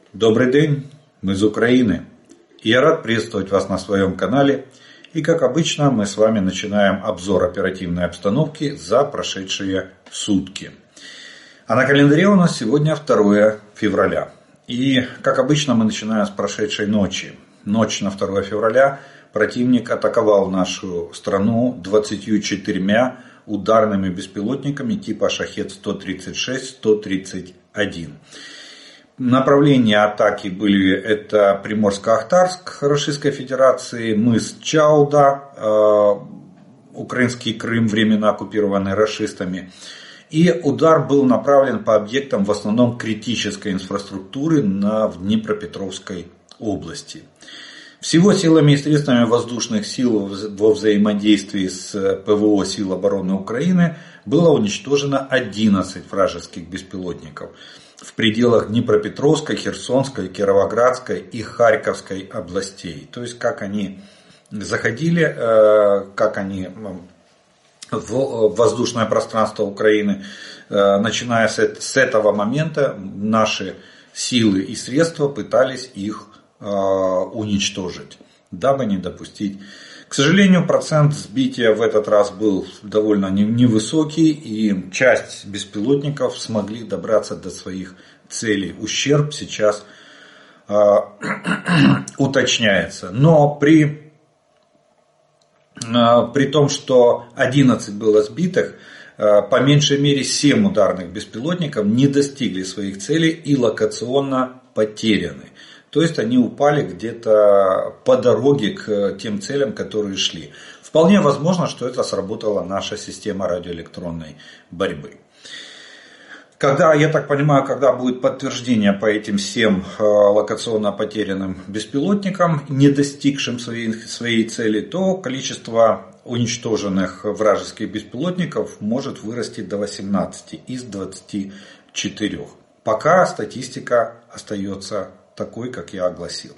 Добрый день, мы из Украины. И я рад приветствовать вас на своем канале. И как обычно, мы с вами начинаем обзор оперативной обстановки за прошедшие сутки. А на календаре у нас сегодня 2 февраля. И как обычно, мы начинаем с прошедшей ночи. Ночь на 2 февраля противник атаковал нашу страну 24 ударными беспилотниками типа Шахед-136-131. Направления атаки были это Приморско-Ахтарск Российской Федерации, мыс Чауда, украинский Крым, временно оккупированный рашистами. И удар был направлен по объектам в основном критической инфраструктуры в Днепропетровской области. Всего силами и средствами воздушных сил во взаимодействии с ПВО сил обороны Украины было уничтожено 11 вражеских беспилотников в пределах Днепропетровской, Херсонской, Кировоградской и Харьковской областей. То есть как они заходили, как они в воздушное пространство Украины, начиная с этого момента наши силы и средства пытались их уничтожить, дабы не допустить. К сожалению, процент сбития в этот раз был довольно невысокий, и часть беспилотников смогли добраться до своих целей. Ущерб сейчас уточняется. Но при том, что 11 было сбитых, по меньшей мере 7 ударных беспилотников не достигли своих целей и локационно потеряны. То есть они упали где-то по дороге к тем целям, которые шли. Вполне возможно, что это сработала наша система радиоэлектронной борьбы. Когда, я так понимаю, когда будет подтверждение по этим 7 локационно потерянным беспилотникам, не достигшим своей цели, то количество уничтоженных вражеских беспилотников может вырасти до 18 из 24. Пока статистика остается такой, как я огласил.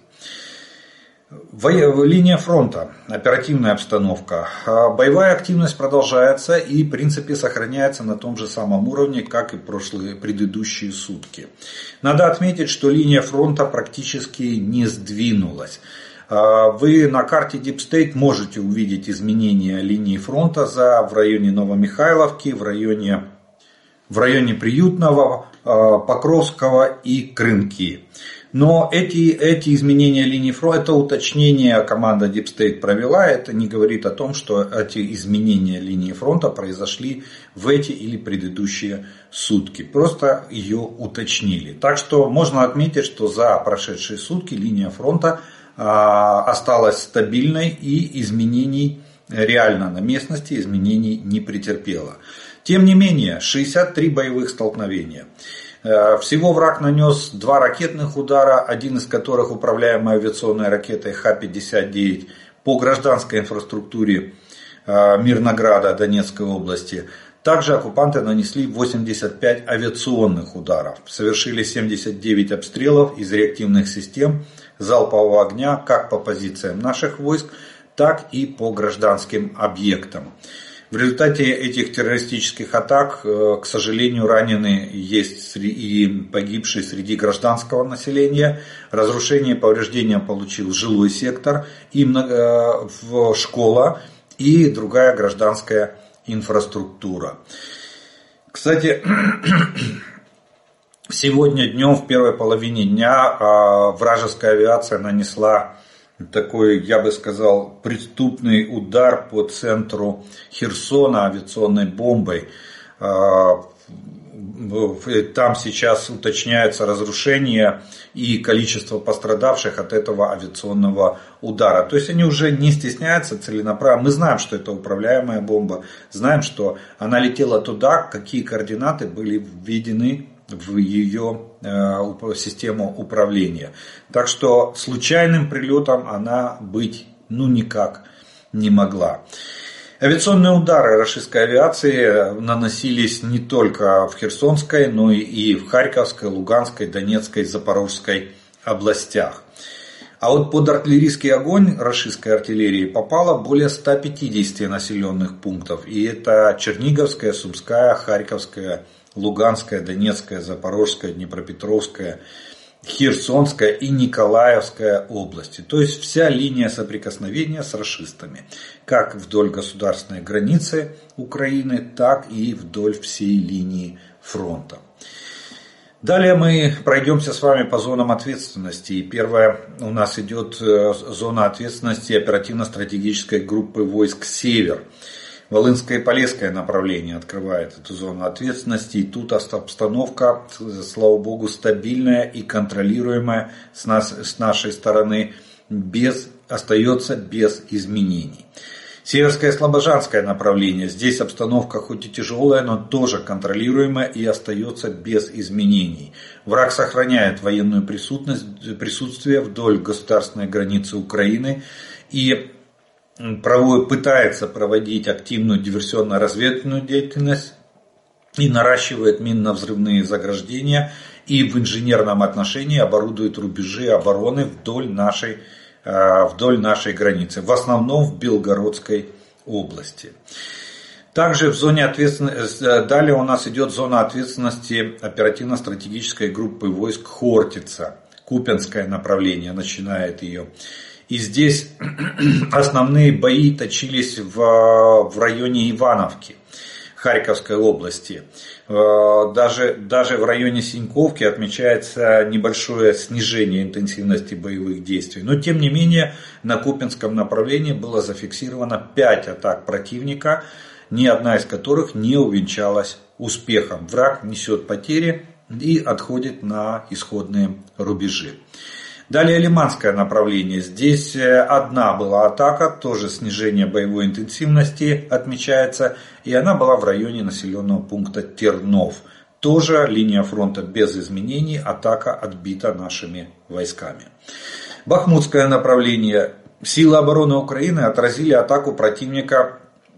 Линия фронта, оперативная обстановка. Боевая активность продолжается и в принципе сохраняется на том же самом уровне, как и предыдущие сутки. Надо отметить, что линия фронта практически не сдвинулась. Вы на карте Deep State можете увидеть изменения линии фронта в районе Новомихайловки, в районе Приютного, Покровского и Крынки. Но эти изменения линии фронта, это уточнение команда Deep State провела, это не говорит о том, что эти изменения линии фронта произошли в эти или предыдущие сутки. Просто ее уточнили. Так что можно отметить, что за прошедшие сутки линия фронта осталась стабильной и изменений реально на местности изменений не претерпела. Тем не менее, 63 боевых столкновения. Всего враг нанес 2 ракетных удара, один из которых управляемой авиационной ракетой Х-59 по гражданской инфраструктуре Мирнограда Донецкой области. Также оккупанты нанесли 85 авиационных ударов, совершили 79 обстрелов из реактивных систем залпового огня как по позициям наших войск, так и по гражданским объектам. В результате этих террористических атак, к сожалению, ранены есть и погибшие среди гражданского населения. Разрушение и повреждения получил жилой сектор, и школа и другая гражданская инфраструктура. Кстати, сегодня днем в первой половине дня вражеская авиация нанесла такой, я бы сказал, преступный удар по центру Херсона авиационной бомбой. Там сейчас уточняются разрушения и количество пострадавших от этого авиационного удара. То есть они уже не стесняются целенаправленно. Мы знаем, что это управляемая бомба. Знаем, что она летела туда, какие координаты были введены в ее систему управления. Так что случайным прилетом она быть никак не могла. Авиационные удары российской авиации наносились не только в Херсонской, но и в Харьковской, Луганской, Донецкой, Запорожской областях. А вот под артиллерийский огонь российской артиллерии попало более 150 населенных пунктов. И это Черниговская, Сумская, Харьковская, Луганская, Донецкая, Запорожская, Днепропетровская Херсонская и Николаевская области. То есть вся линия соприкосновения с рашистами. Как вдоль государственной границы Украины, так и вдоль всей линии фронта. Далее мы пройдемся с вами по зонам ответственности. И первая у нас идет зона ответственности оперативно-стратегической группы войск «Север». Волынское и Полесское направление открывает эту зону ответственности. И тут обстановка, слава богу, стабильная и контролируемая с нашей стороны остается без изменений. Северское и Слобожанское направление. Здесь обстановка хоть и тяжелая, но тоже контролируемая и остается без изменений. Враг сохраняет военную присутствие вдоль государственной границы Украины и пытается проводить активную диверсионно-разведывательную деятельность и наращивает минно-взрывные заграждения и в инженерном отношении оборудует рубежи обороны вдоль нашей границы, в основном в Белгородской области. Также в зоне ответственности, далее у нас идет зона ответственности оперативно-стратегической группы войск Хортица, Купянское направление начинает ее. И здесь основные бои точились в районе Ивановки, Харьковской области. Даже в районе Синьковки отмечается небольшое снижение интенсивности боевых действий. Но тем не менее на Купянском направлении было зафиксировано 5 атак противника, ни одна из которых не увенчалась успехом. Враг несет потери и отходит на исходные рубежи. Далее Лиманское направление. Здесь одна была атака, тоже снижение боевой интенсивности отмечается. И она была в районе населенного пункта Тернов. Тоже линия фронта без изменений, атака отбита нашими войсками. Бахмутское направление. Силы обороны Украины отразили атаку противника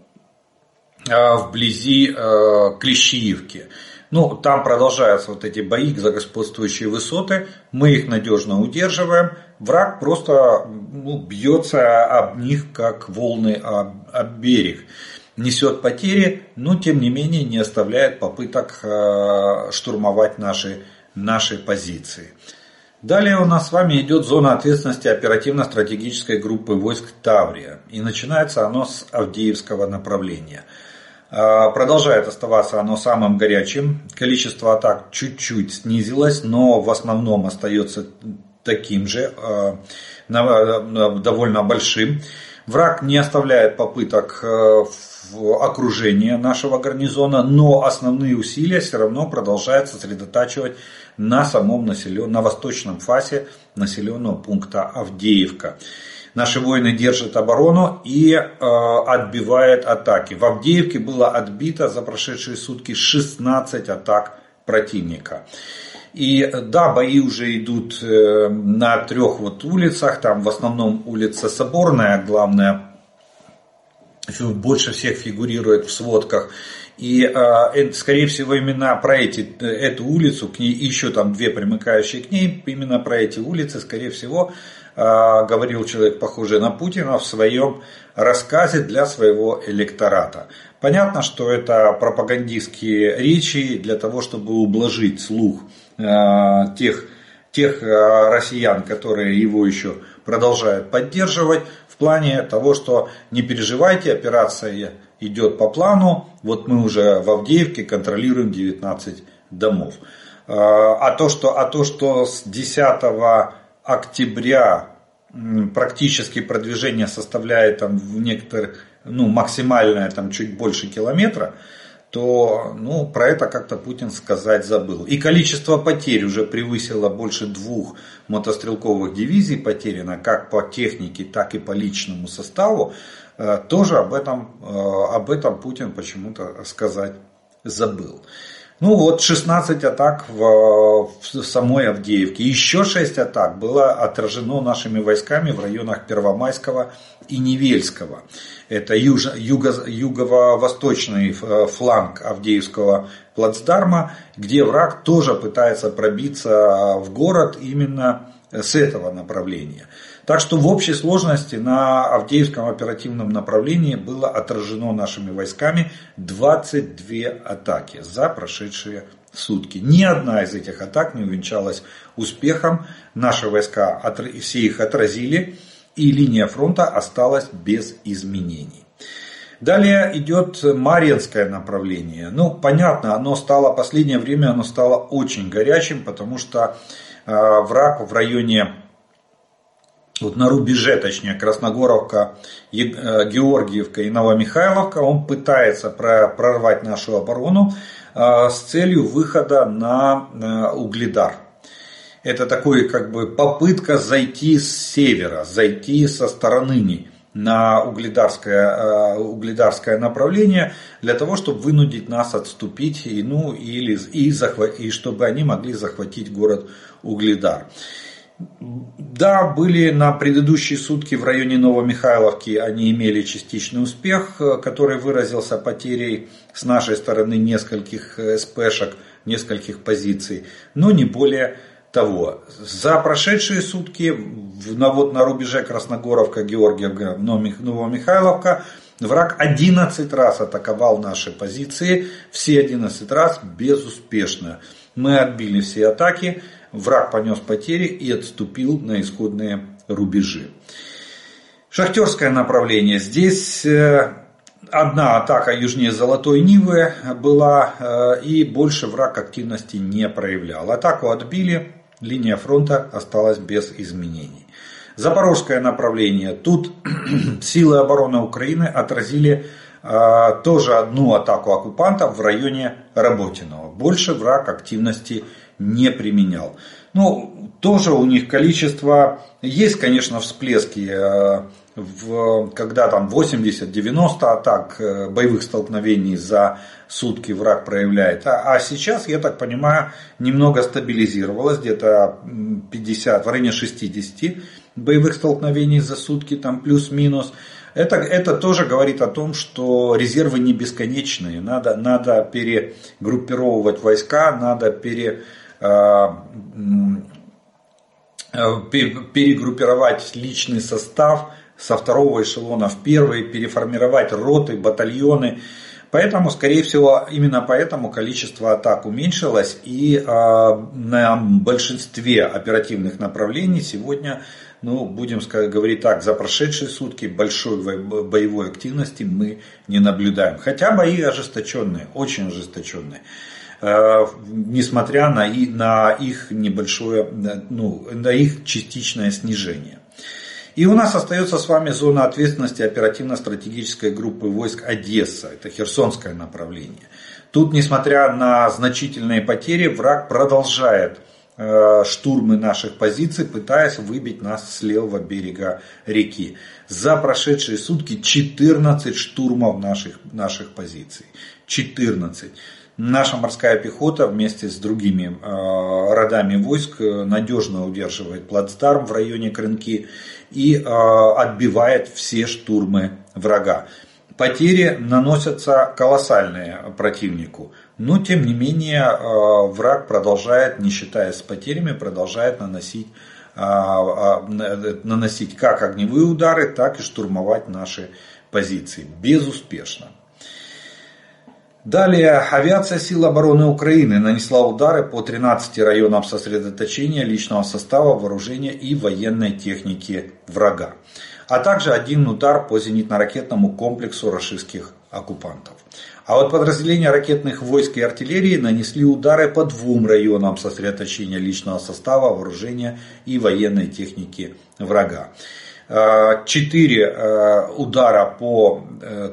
вблизи Клещеевки. Там продолжаются вот эти бои за господствующие высоты, мы их надежно удерживаем, враг просто бьется об них, как волны об берег, несет потери, но тем не менее не оставляет попыток штурмовать наши позиции. Далее у нас с вами идет зона ответственности оперативно-стратегической группы войск Таврия, и начинается оно с Авдеевского направления. Продолжает оставаться оно самым горячим. Количество атак чуть-чуть снизилось, но в основном остается таким же, довольно большим. Враг не оставляет попыток окружения нашего гарнизона, но основные усилия все равно продолжает сосредотачивать на восточном фасе населенного пункта Авдеевка. Наши воины держат оборону и отбивают атаки. В Авдеевке было отбито за прошедшие сутки 16 атак противника. И да, бои уже идут на 3 улицах. Там в основном улица Соборная, главная, больше всех фигурирует в сводках. И скорее всего именно про эту улицу, к ней еще там 2 примыкающие к ней, именно про эти улицы, скорее всего, говорил человек, похожий на Путина, в своем рассказе для своего электората. Понятно, что это пропагандистские речи для того, чтобы ублажить слух тех россиян, которые его еще продолжают поддерживать, в плане того, что не переживайте, операция идет по плану, вот мы уже в Авдеевке контролируем 19 домов. А то, что с 10 октября практически продвижение составляет там в некоторых, максимальное там чуть больше километра, то про это как-то Путин сказать забыл. И количество потерь уже превысило больше 2 мотострелковых дивизий потеряно, как по технике, так и по личному составу. Тоже об этом Путин почему-то сказать забыл. 16 атак в самой Авдеевке. Еще 6 атак было отражено нашими войсками в районах Первомайского и Невельского. Это юго-восточный фланг Авдеевского плацдарма, где враг тоже пытается пробиться в город именно с этого направления. Так что в общей сложности на Авдеевском оперативном направлении было отражено нашими войсками 22 атаки за прошедшие сутки. Ни одна из этих атак не увенчалась успехом. Наши войска все их отразили, и линия фронта осталась без изменений. Далее идет Марьинское направление. Понятно, в последнее время оно стало очень горячим, потому что враг в районе, на рубеже, точнее, Красногоровка, Георгиевка и Новомихайловка, он пытается прорвать нашу оборону с целью выхода на Угледар. Это такой попытка зайти с севера, зайти со стороны на угледарское направление, для того, чтобы вынудить нас отступить, и чтобы они могли захватить город Угледар. Да, были на предыдущие сутки в районе Новомихайловки, они имели частичный успех, который выразился потерей с нашей стороны нескольких СПшек, нескольких позиций, но не более того. За прошедшие сутки на рубеже Красногоровка, Георгиевка, Новомихайловка враг 11 раз атаковал наши позиции, все 11 раз безуспешно. Мы отбили все атаки, враг понес потери и отступил на исходные рубежи. Шахтерское направление. Здесь одна атака южнее Золотой Нивы была, и больше враг активности не проявлял. Атаку отбили, линия фронта осталась без изменений. Запорожское направление. Тут силы обороны Украины отразили тоже одну атаку оккупантов в районе Работиного. Больше враг активности не применял. Тоже у них количество, есть, конечно, всплески, когда там 80-90 атак, боевых столкновений за сутки враг проявляет. А сейчас, я так понимаю, немного стабилизировалось, где-то 50, в районе 60 боевых столкновений за сутки, там плюс-минус. Это тоже говорит о том, что резервы не бесконечные. Надо перегруппировывать войска, надо перегруппировать личный состав со второго эшелона в первый, переформировать роты, батальоны. Поэтому, скорее всего, именно поэтому количество атак уменьшилось. И на большинстве оперативных направлений сегодня, будем говорить так, за прошедшие сутки большой боевой активности мы не наблюдаем. Хотя бои ожесточенные, очень ожесточенные. Несмотря на их небольшое, на их частичное снижение. И у нас остается с вами зона ответственности оперативно-стратегической группы войск Одесса, это Херсонское направление. Тут, несмотря на значительные потери, враг продолжает штурмы наших позиций, пытаясь выбить нас с левого берега реки. За прошедшие сутки 14 штурмов наших позиций. 14. Наша морская пехота вместе с другими родами войск надежно удерживает плацдарм в районе Крынки и отбивает все штурмы врага. Потери наносятся колоссальные противнику, но тем не менее враг продолжает, не считаясь с потерями, продолжает наносить как огневые удары, так и штурмовать наши позиции безуспешно. Далее, авиация сил обороны Украины нанесла удары по 13 районам сосредоточения личного состава, вооружения и военной техники врага, а также один удар по зенитно-ракетному комплексу рашистских оккупантов. А вот подразделения ракетных войск и артиллерии нанесли удары по 2 районам сосредоточения личного состава, вооружения и военной техники врага. 4 удара по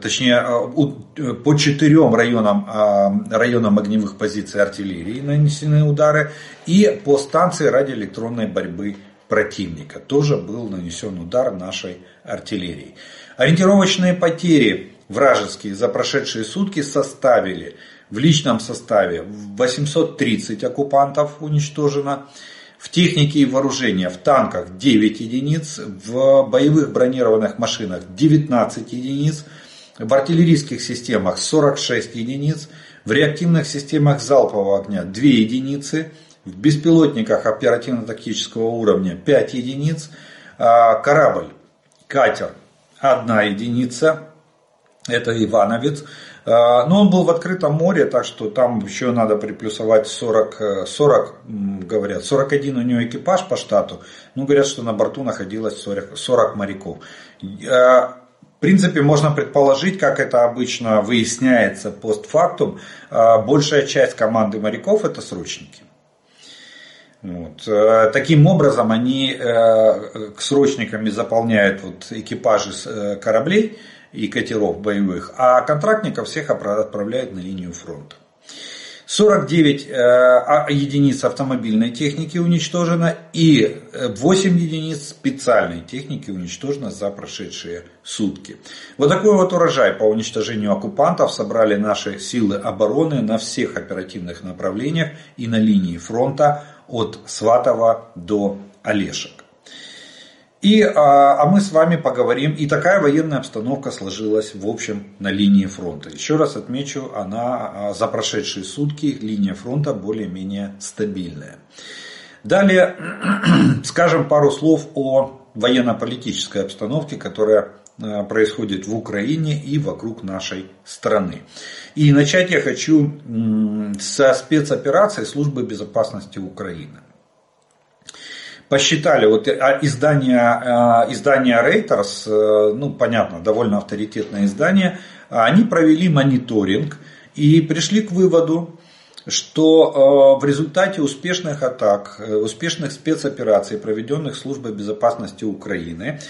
4 районам огневых позиций артиллерии нанесены удары, и по станции радиоэлектронной борьбы противника тоже был нанесен удар нашей артиллерии. Ориентировочные потери вражеские за прошедшие сутки составили в личном составе 830 оккупантов уничтожено, в технике и вооружении, в танках 9 единиц, в боевых бронированных машинах 19 единиц, в артиллерийских системах 46 единиц, в реактивных системах залпового огня 2 единицы, в беспилотниках оперативно-тактического уровня 5 единиц, катер 1 единица, это Ивановец, Но он был в открытом море, так что там еще надо приплюсовать 41 у него экипаж по штату. Ну, говорят, что на борту находилось 40 моряков. В принципе, можно предположить, как это обычно выясняется постфактум, большая часть команды моряков это срочники. Вот. Таким образом, они срочниками заполняют экипажи кораблей и катеров боевых, а контрактников всех отправляют на линию фронта. 49 единиц автомобильной техники уничтожено и 8 единиц специальной техники уничтожено за прошедшие сутки. Вот такой вот урожай по уничтожению оккупантов собрали наши силы обороны на всех оперативных направлениях и на линии фронта от Сватова до Олешек. А мы с вами поговорим, и такая военная обстановка сложилась в общем на линии фронта. Еще раз отмечу, она за прошедшие сутки линия фронта более-менее стабильная. Далее скажем пару слов о военно-политической обстановке, которая происходит в Украине и вокруг нашей страны. И начать я хочу со спецоперации Службы безопасности Украины. Посчитали, издание Reuters, понятно, довольно авторитетное издание, они провели мониторинг и пришли к выводу, что в результате успешных атак, успешных спецопераций, проведенных Службой безопасности Украины,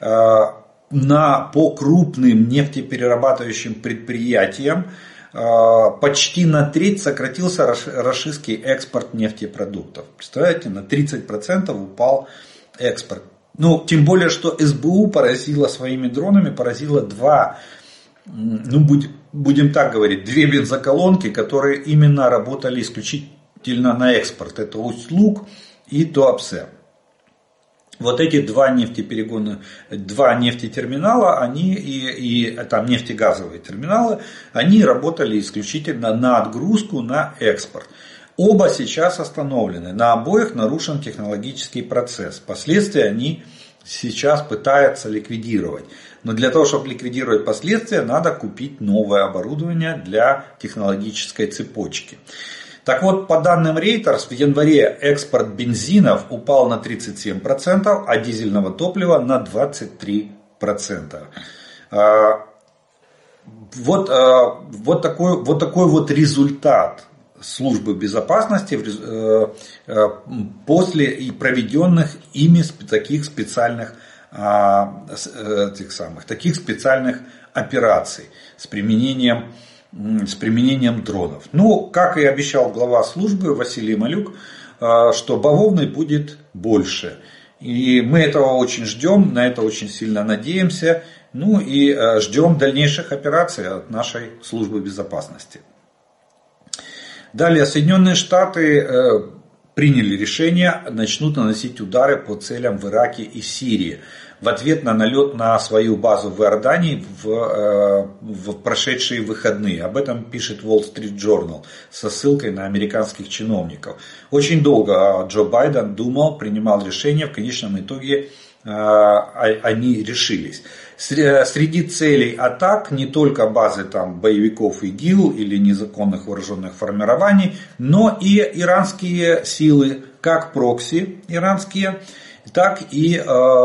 по крупным нефтеперерабатывающим предприятиям почти на треть сократился рашистский экспорт нефтепродуктов. Представляете, на 30% упал экспорт. Тем более, что СБУ поразила своими дронами, будем так говорить, две бензоколонки, которые именно работали исключительно на экспорт. Это Усть-Луг и Туапсе. Вот эти два нефтетерминала, там нефтегазовые терминалы, они работали исключительно на отгрузку, на экспорт. Оба сейчас остановлены, на обоих нарушен технологический процесс. Последствия они сейчас пытаются ликвидировать. Но для того, чтобы ликвидировать последствия, надо купить новое оборудование для технологической цепочки. Так вот, по данным Reuters, в январе экспорт бензинов упал на 37%, а дизельного топлива на 23%. Вот такой результат Службы безопасности после проведенных ими таких специальных операций с применением дронов. Как и обещал глава службы Василий Малюк, что бавовны будет больше. И мы этого очень ждем, на это очень сильно надеемся. И ждем дальнейших операций от нашей службы безопасности. Далее, Соединенные Штаты приняли решение, начнут наносить удары по целям в Ираке и Сирии. В ответ на налет на свою базу в Иордании в прошедшие выходные. Об этом пишет Wall Street Journal со ссылкой на американских чиновников. Очень долго Джо Байден думал, принимал решение, в конечном итоге они решились. Среди целей атак не только базы боевиков ИГИЛ или незаконных вооруженных формирований, но и иранские силы, как прокси иранские, так и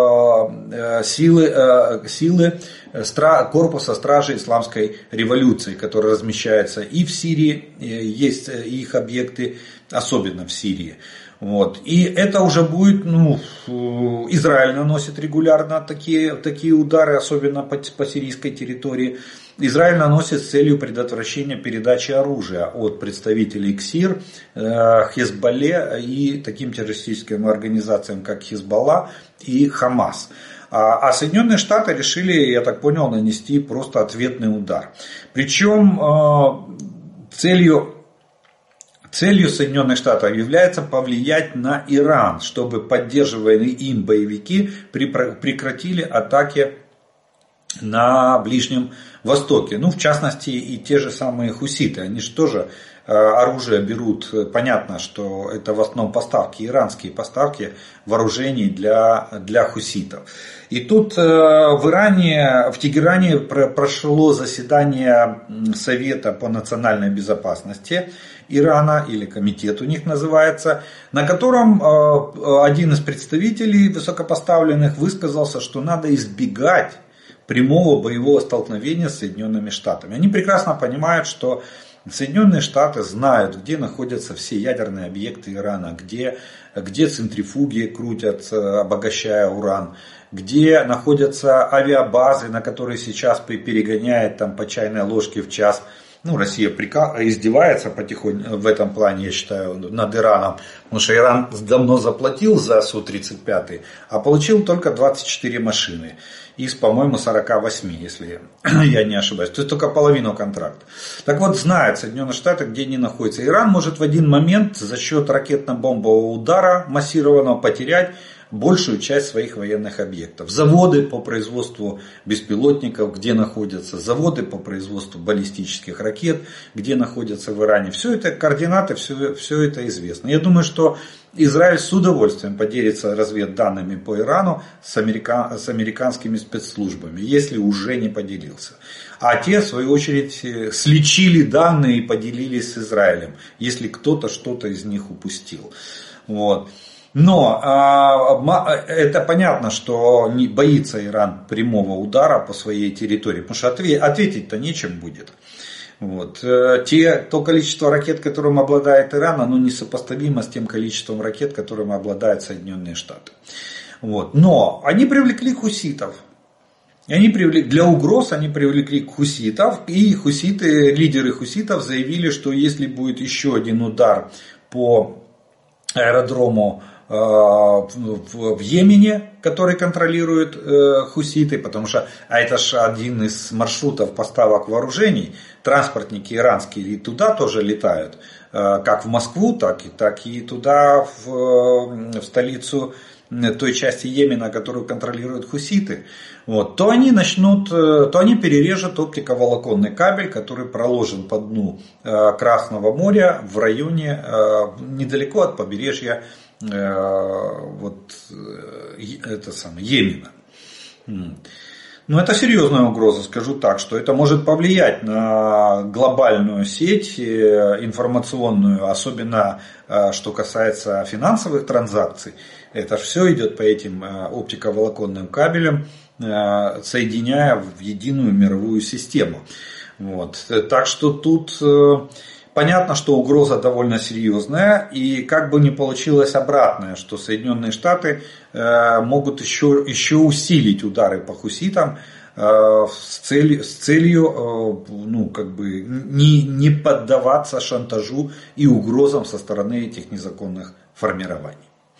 силы корпуса стражи исламской революции, которые размещаются и в Сирии, есть их объекты, особенно в Сирии. И это уже будет, Израиль наносит регулярно такие удары, особенно по сирийской территории. Израиль наносит с целью предотвращения передачи оружия от представителей КСИР, Хезболле и таким террористическим организациям, как Хезболла и Хамас. А Соединенные Штаты решили, я так понял, нанести просто ответный удар. Причем целью Соединенных Штатов является повлиять на Иран, чтобы поддерживаемые им боевики прекратили атаки на Ближнем Востоке. В частности, и те же самые хуситы. Они же тоже оружие берут, понятно, что это в основном поставки, иранские поставки вооружений для хуситов. И тут в Тегеране прошло заседание Совета по национальной безопасности Ирана, или комитет у них называется, на котором один из представителей высокопоставленных высказался, что надо избегать прямого боевого столкновения с Соединенными Штатами. Они прекрасно понимают, что Соединенные Штаты знают, где находятся все ядерные объекты Ирана, где центрифуги крутят, обогащая уран, где находятся авиабазы, на которые сейчас перегоняет там, по чайной ложке в час. Россия издевается потихоньку в этом плане, я считаю, над Ираном, потому что Иран давно заплатил за Су-35, а получил только 24 машины из, по-моему, 48, если я не ошибаюсь. То есть только половину контракта. Так вот, знают Соединенные Штаты, где они находятся. Иран может в один момент за счет ракетно-бомбового удара массированного потерять большую часть своих военных объектов. Заводы по производству беспилотников, где находятся, заводы по производству баллистических ракет, где находятся в Иране. Все это координаты, все это известно. Я думаю, что Израиль с удовольствием поделится разведданными по Ирану с американскими спецслужбами, если уже не поделился. А те, в свою очередь, сличили данные и поделились с Израилем, если кто-то что-то из них упустил. Вот. Но это понятно, что не боится Иран прямого удара по своей территории, потому что ответить-то нечем будет. Вот. То количество ракет, которым обладает Иран, оно несопоставимо с тем количеством ракет, которым обладают Соединенные Штаты. Вот. Но они привлекли хуситов. Для угроз они привлекли хуситов, и лидеры хуситов заявили, что если будет еще один удар по аэродрому в Йемене, который контролируют хуситы, потому что это же один из маршрутов поставок вооружений, транспортники иранские и туда тоже летают, как в Москву, так и туда, в столицу той части Йемена, которую контролируют хуситы, вот, то они перережут оптиковолоконный кабель, который проложен по дну Красного моря в районе недалеко от побережья Йемена. Но это серьезная угроза, скажу так, что это может повлиять на глобальную сеть информационную, особенно что касается финансовых транзакций. Это все идет по этим оптиковолоконным кабелям, соединяя в единую мировую систему. Вот. Так что тут понятно, что угроза довольно серьезная, и как бы ни получилось обратное, что Соединенные Штаты могут еще усилить удары по хуситам с целью не поддаваться шантажу и угрозам со стороны этих незаконных формирований.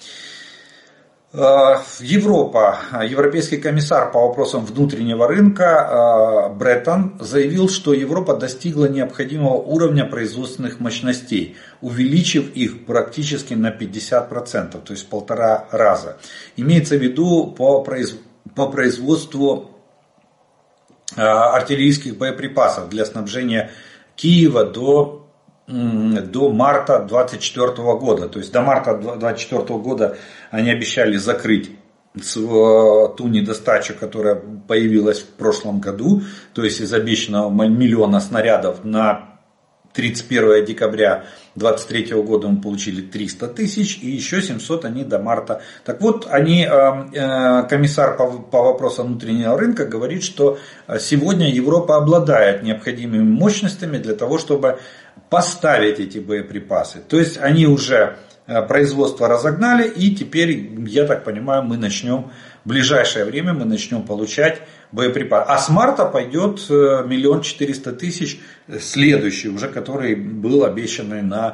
Европейский комиссар по вопросам внутреннего рынка Бреттон заявил, что Европа достигла необходимого уровня производственных мощностей, увеличив их практически на 50%, то есть в 1,5 раза. Имеется в виду по производству артиллерийских боеприпасов для снабжения Киева до марта 2024 года. То есть до марта 2024 года они обещали закрыть ту недостачу, которая появилась в прошлом году. То есть из обещанного 1 миллиона снарядов на 31 декабря 2023 года мы получили 300 тысяч, и еще 700 они до марта. Так вот, комиссар по вопросам внутреннего рынка говорит, что сегодня Европа обладает необходимыми мощностями для того, чтобы поставить эти боеприпасы. То есть они уже производство разогнали, и теперь, я так понимаю, в ближайшее время мы начнем получать боеприпасы. А с марта пойдет 1 400 000, следующий уже, который был обещанный на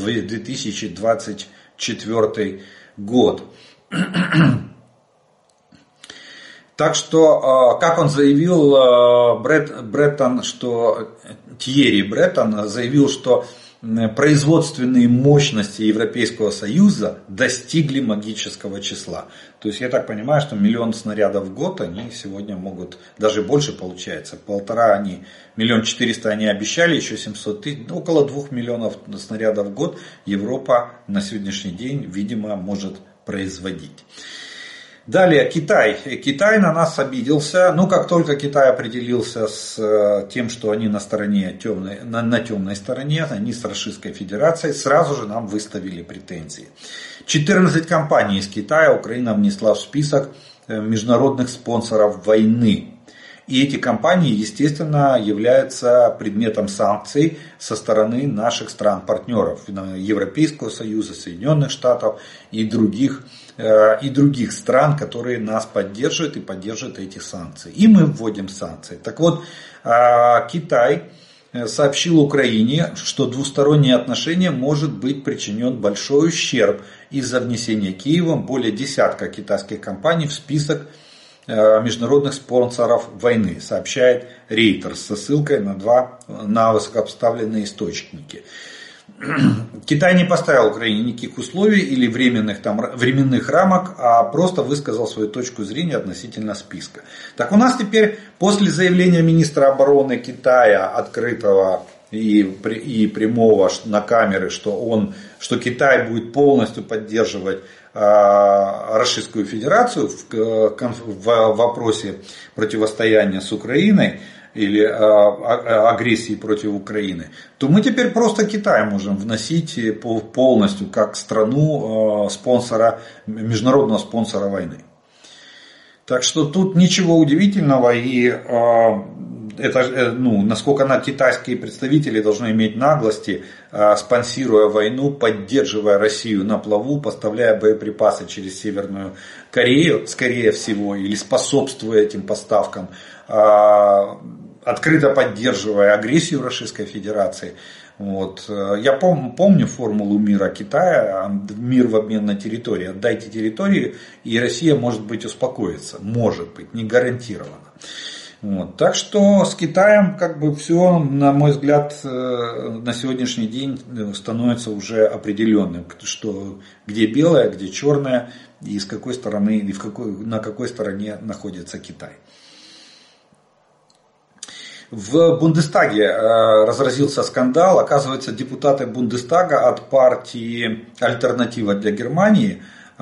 2024 год. Так что, как он заявил, Тьерри Бреттон заявил, что производственные мощности Европейского Союза достигли магического числа. То есть я так понимаю, что 1 миллион снарядов в год они сегодня могут, даже больше получается, 1,5 1 400 000 они обещали, еще 700 000, около 2 миллионов снарядов в год Европа на сегодняшний день, видимо, может производить. Далее Китай. Китай на нас обиделся. Ну, как только Китай определился с тем, что они на стороне темной, на темной стороне, они с Российской Федерацией, сразу же нам выставили претензии. 14 компаний из Китая Украина внесла в список международных спонсоров войны. И эти компании, естественно, являются предметом санкций со стороны наших стран-партнеров, Европейского Союза, Соединенных Штатов и других стран, которые нас поддерживают и поддерживают эти санкции. И мы вводим санкции. Так вот, Китай сообщил Украине, что двусторонние отношения может быть причинен большой ущерб из-за внесения Киевом более десятка китайских компаний в список международных спонсоров войны, сообщает Reuters со ссылкой на высокопоставленные источники. Китай не поставил Украине никаких условий или временных рамок, а просто высказал свою точку зрения относительно списка. Так у нас теперь после заявления министра обороны Китая, открытого и прямого на камеры, что Китай будет полностью поддерживать Российскую Федерацию в вопросе противостояния с Украиной или агрессии против Украины, то мы теперь просто Китай можем вносить полностью как страну международного спонсора войны. Так что тут ничего удивительного, и насколько китайские представители должны иметь наглости, спонсируя войну, поддерживая Россию на плаву, поставляя боеприпасы через Северную Корею, скорее всего, или способствуя этим поставкам, открыто поддерживая агрессию Российской Федерации. Вот. Я помню формулу мира Китая, мир в обмен на территории. Отдайте территории, и Россия, может быть, успокоится. Может быть, не гарантированно. Вот. Так что с Китаем все, на мой взгляд, на сегодняшний день становится уже определенным, где белое, где черное, и с какой стороны, и на какой стороне находится Китай. В Бундестаге разразился скандал. Оказывается, депутаты Бундестага от партии «Альтернатива для Германии»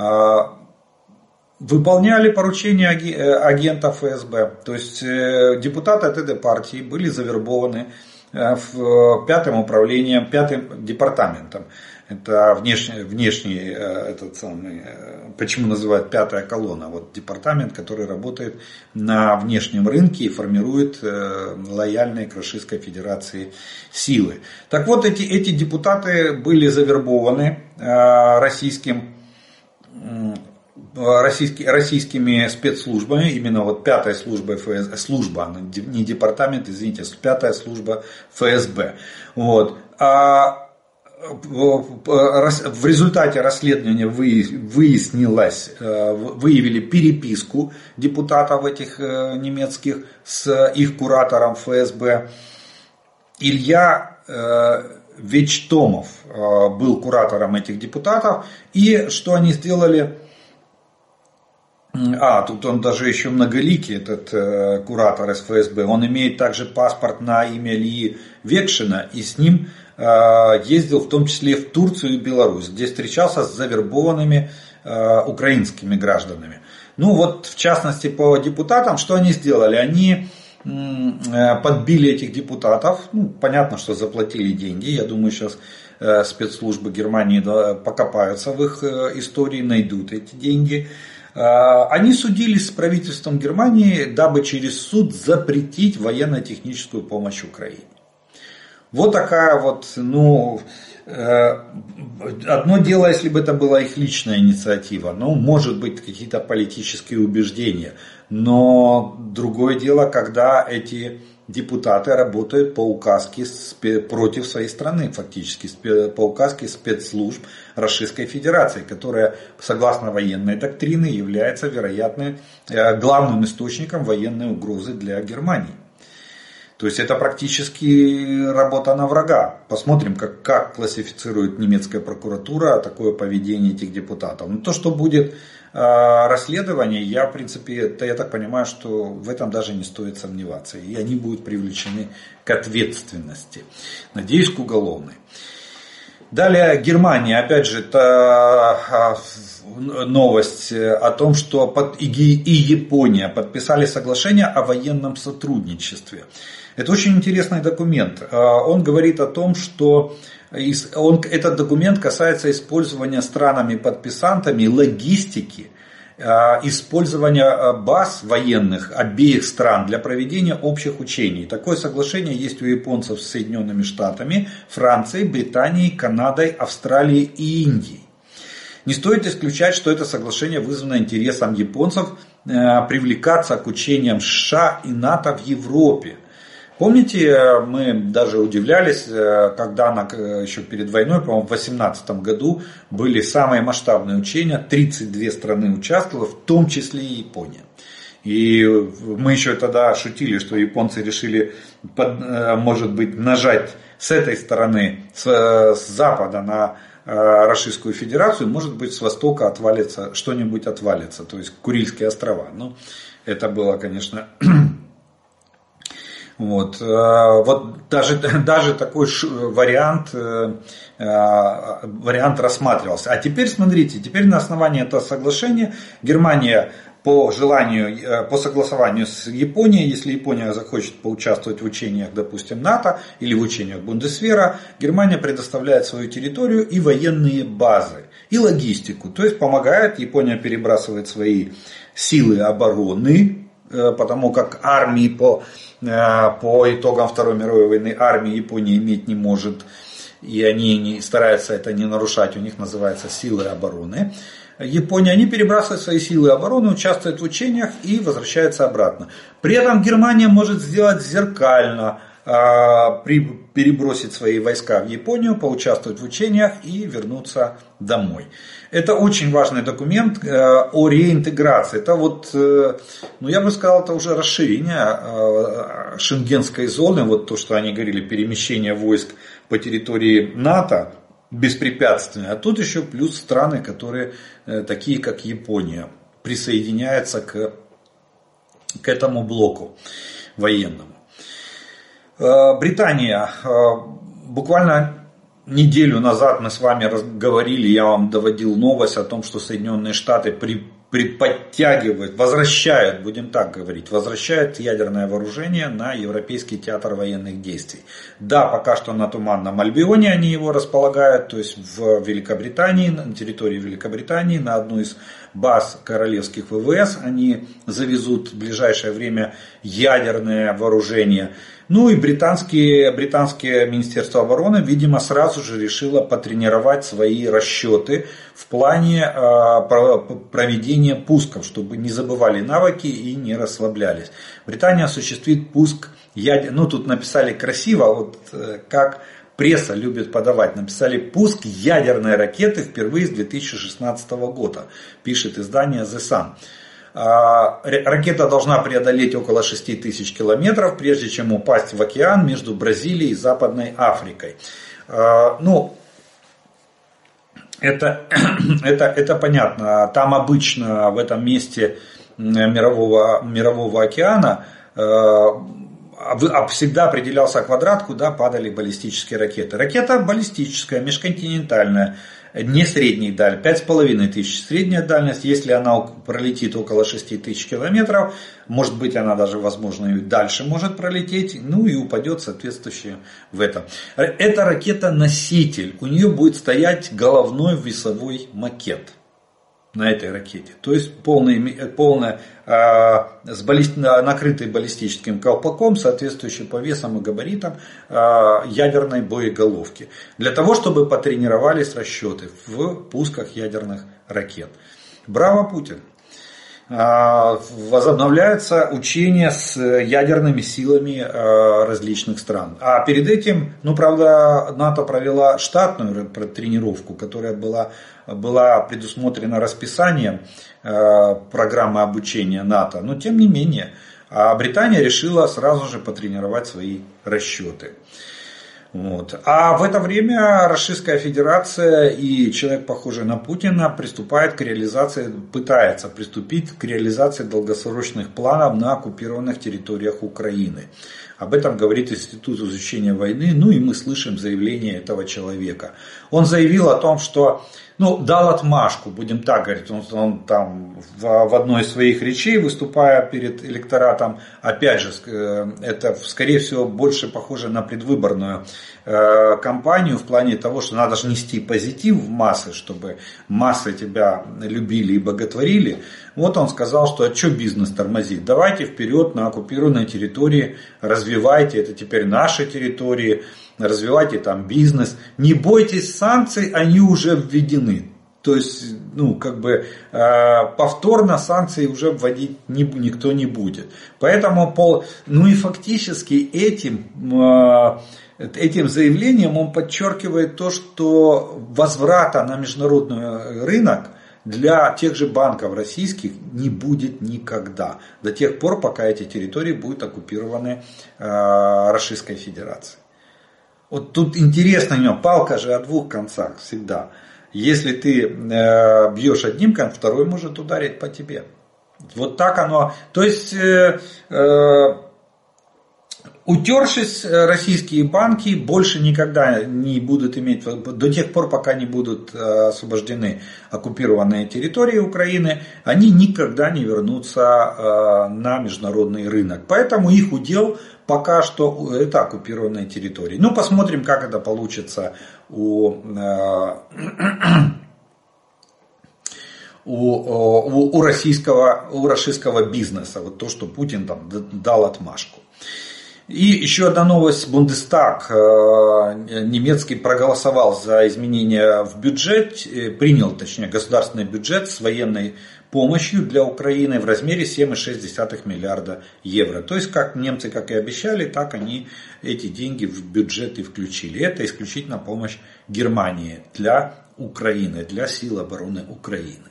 выполняли поручения агентов ФСБ. То есть депутаты от этой партии были завербованы в пятым департаментом. Это внешний почему называют пятая колонна. Вот департамент, который работает на внешнем рынке и формирует лояльные к Российской Федерации силы. Так вот, эти депутаты были завербованы российскими спецслужбами, именно вот пятой службой служба, не департамент, извините, пятая служба ФСБ. Вот. В результате расследования выявили переписку депутатов этих немецких с их куратором ФСБ. Илья Вечтомов был куратором этих депутатов. И что они сделали? Тут он даже еще многоликий, этот куратор из ФСБ. Он имеет также паспорт на имя Ильи Векшина, и с ним ездил в том числе в Турцию и Беларусь, где встречался с завербованными украинскими гражданами. Ну вот, в частности, по депутатам, что они сделали? Они подбили этих депутатов. Понятно, что заплатили деньги. Я думаю, сейчас спецслужбы Германии покопаются в их истории, найдут эти деньги. Они судились с правительством Германии, дабы через суд запретить военно-техническую помощь Украине. Вот такая вот, одно дело, если бы это была их личная инициатива, может быть, какие-то политические убеждения, но другое дело, когда эти депутаты работают по указке против своей страны, фактически, по указке спецслужб Российской Федерации, которая, согласно военной доктрине, является, вероятно, главным источником военной угрозы для Германии. То есть это практически работа на врага. Посмотрим, как классифицирует немецкая прокуратура такое поведение этих депутатов. Но то, что будет расследование, я в принципе, я так понимаю, что в этом даже не стоит сомневаться. И они будут привлечены к ответственности. Надеюсь, к уголовной. Далее Германия, опять же, это новость о том, что и Япония подписали соглашение о военном сотрудничестве. Это очень интересный документ. Он говорит о том, что этот документ касается использования странами-подписантами логистики, использования баз военных обеих стран для проведения общих учений. Такое соглашение есть у японцев с Соединенными Штатами, Францией, Британией, Канадой, Австралией и Индией. Не стоит исключать, что это соглашение вызвано интересом японцев привлекаться к учениям США и НАТО в Европе. Помните, мы даже удивлялись, когда еще перед войной, по-моему, в 2018 году были самые масштабные учения, 32 страны участвовало, в том числе и Япония. И мы еще тогда шутили, что японцы решили, может быть, нажать с этой стороны, с запада на Российскую Федерацию, может быть, с востока отвалится, что-нибудь отвалится, то есть Курильские острова. Ну, это было, конечно... Вот даже такой вариант рассматривался. А теперь смотрите, теперь на основании этого соглашения Германия по согласованию с Японией, если Япония захочет поучаствовать в учениях, допустим, НАТО или в учениях Бундесвера, Германия предоставляет свою территорию и военные базы, и логистику. То есть помогает, Япония перебрасывает свои силы обороны, потому как армии по итогам Второй мировой войны армии Япония иметь не может, и они стараются это не нарушать, у них называется силы обороны. Япония, они перебрасывают свои силы обороны, участвуют в учениях и возвращаются обратно. При этом Германия может сделать зеркально, перебросить свои войска в Японию, поучаствовать в учениях и вернуться домой. Это очень важный документ о реинтеграции. Это я бы сказал, это уже расширение шенгенской зоны, вот то, что они говорили, перемещение войск по территории НАТО беспрепятственное. А тут еще плюс страны, которые такие как Япония, присоединяются к этому блоку военному. Британия. Буквально неделю назад мы с вами говорили, я вам доводил новость о том, что Соединенные Штаты возвращают, будем так говорить, возвращают ядерное вооружение на Европейский театр военных действий. Да, пока что на Туманном Альбионе они его располагают, то есть в Великобритании, на территории Великобритании, на одну из баз королевских ВВС они завезут в ближайшее время ядерное вооружение. Ну и британское Министерство обороны, видимо, сразу же решило потренировать свои расчеты в плане проведения пусков, чтобы не забывали навыки и не расслаблялись. Британия осуществит пуск тут написали красиво, как пресса любит подавать, написали пуск ядерной ракеты впервые с 2016 года, пишет издание The Sun. Ракета должна преодолеть около 6000 километров, прежде чем упасть в океан между Бразилией и Западной Африкой. Это понятно. Там обычно в этом месте мирового океана всегда определялся квадрат, куда падали баллистические ракеты. Ракета баллистическая, межконтинентальная, не средней дальности, 5500 средняя дальность. Если она пролетит около 6000 километров, может быть, она даже, возможно, и дальше может пролететь, и упадет соответствующее в этом. Это ракета-носитель, у нее будет стоять головной весовой макет на этой ракете. То есть накрытый баллистическим колпаком, соответствующий по весам и габаритам ядерной боеголовки. Для того, чтобы потренировались расчеты в пусках ядерных ракет. Браво, Путин! Возобновляются учения с ядерными силами различных стран. А перед этим, правда, НАТО провела штатную тренировку, которая была предусмотрена расписанием программы обучения НАТО. Но тем не менее, А Британия решила сразу же потренировать свои расчеты. Вот. А в это время Российская Федерация и человек, похожий на Путина, пытается приступить к реализации долгосрочных планов на оккупированных территориях Украины. Об этом говорит Институт изучения войны, ну и мы слышим заявление этого человека. Он заявил о том, что дал отмашку, будем так говорить, он там в одной из своих речей, выступая перед электоратом, опять же, это скорее всего больше похоже на предвыборную кампанию в плане того, что надо же нести позитив в массы, чтобы массы тебя любили и боготворили. Вот он сказал, что а что бизнес тормозит? Давайте вперед на оккупированной территории, развивайте, это теперь наши территории, развивайте там бизнес. Не бойтесь санкций, они уже введены. То есть, повторно санкции уже вводить никто не будет. Поэтому, и фактически этим заявлением он подчеркивает то, что возврата на международный рынок для тех же банков российских не будет никогда. До тех пор, пока эти территории будут оккупированы Российской Федерацией. Вот тут интересно, палка же о двух концах всегда. Если ты бьешь одним концом, второй может ударить по тебе. Вот так оно. То есть, утершись, российские банки больше никогда не будут иметь, до тех пор, пока не будут освобождены оккупированные территории Украины, они никогда не вернутся на международный рынок. Поэтому их удел пока что это оккупированные территории. Посмотрим, как это получится у российского бизнеса. Вот то, что Путин там дал отмашку. И еще одна новость. Бундестаг немецкий проголосовал за изменения в бюджет, принял, точнее, государственный бюджет с военной помощью для Украины в размере 7,6 миллиарда евро. То есть, как немцы, как и обещали, так они эти деньги в бюджет и включили. Это исключительно помощь Германии для Украины, для сил обороны Украины.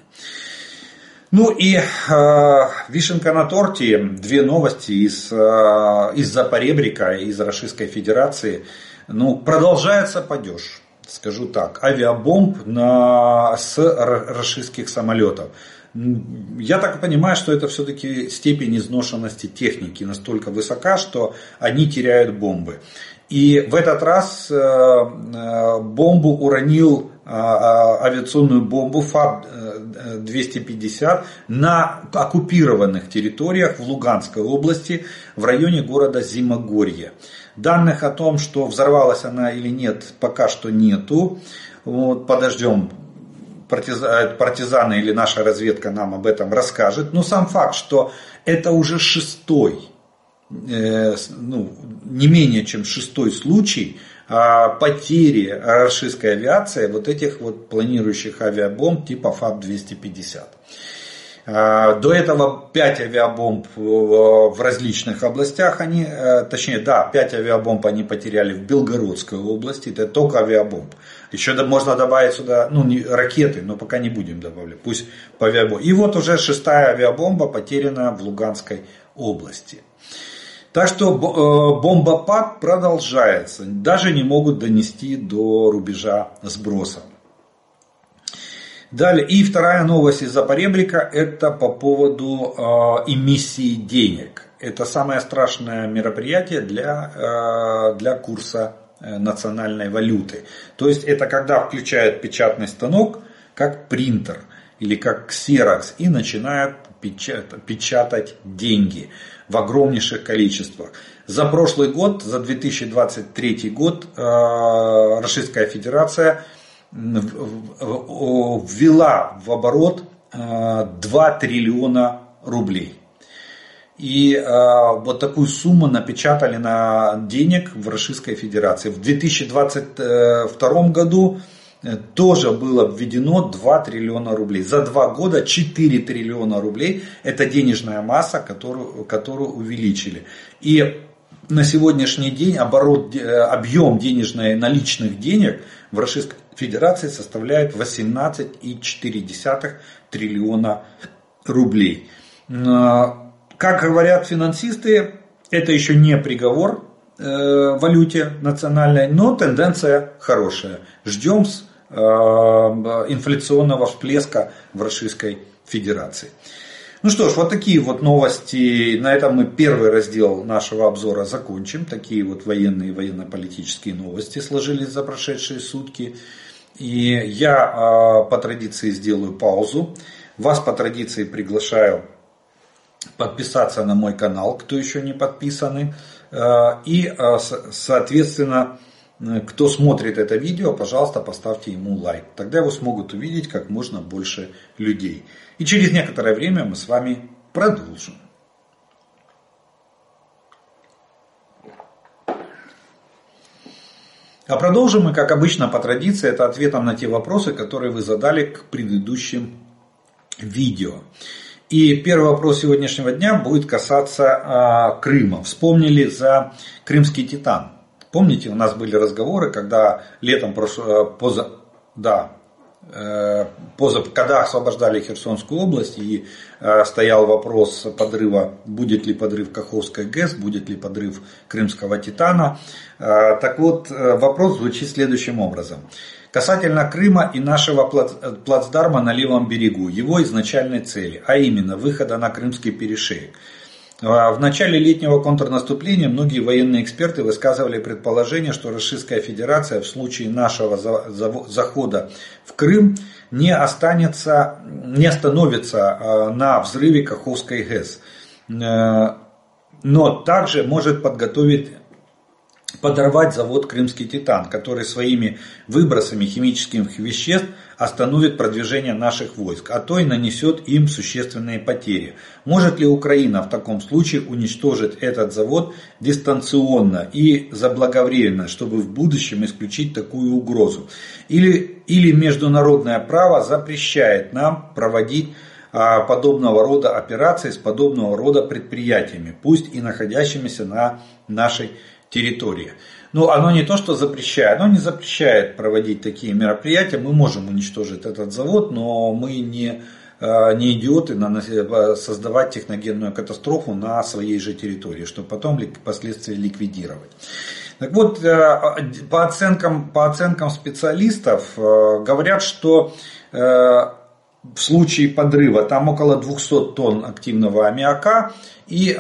Вишенка на торте, две новости из Запоребрика, из Российской Федерации. Продолжается падеж, скажу так, авиабомб с российских самолетов. Я так понимаю, что это все-таки степень изношенности техники настолько высока, что они теряют бомбы. И в этот раз бомбу уронил, авиационную бомбу ФАБ-250 на оккупированных территориях в Луганской области в районе города Зимогорье. Данных о том, что взорвалась она или нет, пока что нету. Подождем, партизаны или наша разведка нам об этом расскажет. Но сам факт, что это уже шестой, не менее чем шестой случай потери российской авиации вот этих планирующих авиабомб типа ФАБ-250. До этого 5 авиабомб в различных областях, 5 авиабомб они потеряли в Белгородской области, это только авиабомб. Еще можно добавить сюда, ракеты, но пока не будем добавлять, пусть по авиабомбе. И вот уже 6-я авиабомба потеряна в Луганской области. Так что бомбопад продолжается, даже не могут донести до рубежа сброса. Далее, и вторая новость из Запоребрика, это по поводу эмиссии денег. Это самое страшное мероприятие для курса национальной валюты. То есть это когда включают печатный станок, как принтер или как ксерокс, и начинают печатать деньги в огромнейших количествах. За прошлый год, за 2023 год, Российская Федерация ввела в оборот 2 триллиона рублей. И вот такую сумму напечатали на денег в Российской Федерации. В 2022 году тоже было введено 2 триллиона рублей. За 2 года 4 триллиона рублей – это денежная масса, которую увеличили. И на сегодняшний день объем наличных денег в Российской Федерации составляет 18,4 триллиона рублей. Как говорят финансисты, это еще не приговор валюте национальной, но тенденция хорошая. Ждем инфляционного всплеска в Российской Федерации. Ну что ж, вот такие вот новости. На этом мы первый раздел нашего обзора закончим. Такие вот военные и военно-политические новости сложились за прошедшие сутки. И я по традиции сделаю паузу. Вас по традиции приглашаю подписаться на мой канал, кто еще не подписаны. И, соответственно, кто смотрит это видео, пожалуйста, поставьте ему лайк. Тогда его смогут увидеть как можно больше людей. И через некоторое время мы с вами продолжим. А продолжим мы, как обычно, по традиции, это ответом на те вопросы, которые вы задали к предыдущим видео. И первый вопрос сегодняшнего дня будет касаться Крыма. Вспомнили за крымский титан. Помните, у нас были разговоры, когда летом когда освобождали Херсонскую область и стоял вопрос подрыва, будет ли подрыв Каховской ГЭС, будет ли подрыв крымского титана. Так вот, вопрос звучит следующим образом. Касательно Крыма и нашего плацдарма на левом берегу, его изначальной цели, а именно выхода на Крымский перешеек. В начале летнего контрнаступления многие военные эксперты высказывали предположение, что Российская Федерация в случае нашего захода в Крым не остановится на взрыве Каховской ГЭС, но также может подорвать завод «Крымский титан», который своими выбросами химических веществ остановит продвижение наших войск, а то и нанесет им существенные потери. Может ли Украина в таком случае уничтожить этот завод дистанционно и заблаговременно, чтобы в будущем исключить такую угрозу? Или международное право запрещает нам проводить подобного рода операции с подобного рода предприятиями, пусть и находящимися на нашей территории. Но оно не то, что запрещает, оно не запрещает проводить такие мероприятия. Мы можем уничтожить этот завод, но мы не идиоты создавать техногенную катастрофу на своей же территории, чтобы потом впоследствии ликвидировать. Так вот, по оценкам специалистов говорят, что в случае подрыва там около 200 тонн активного аммиака и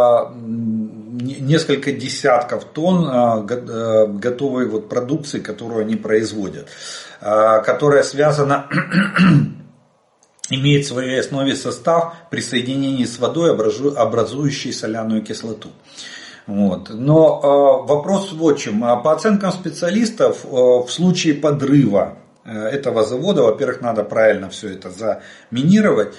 несколько десятков тонн готовой вот продукции, которую они производят, которая связана, имеет в своей основе состав при соединении с водой, образующий соляную кислоту. Вот. Но вопрос в чем. По оценкам специалистов, в случае подрыва этого завода, во-первых, надо правильно все это заминировать.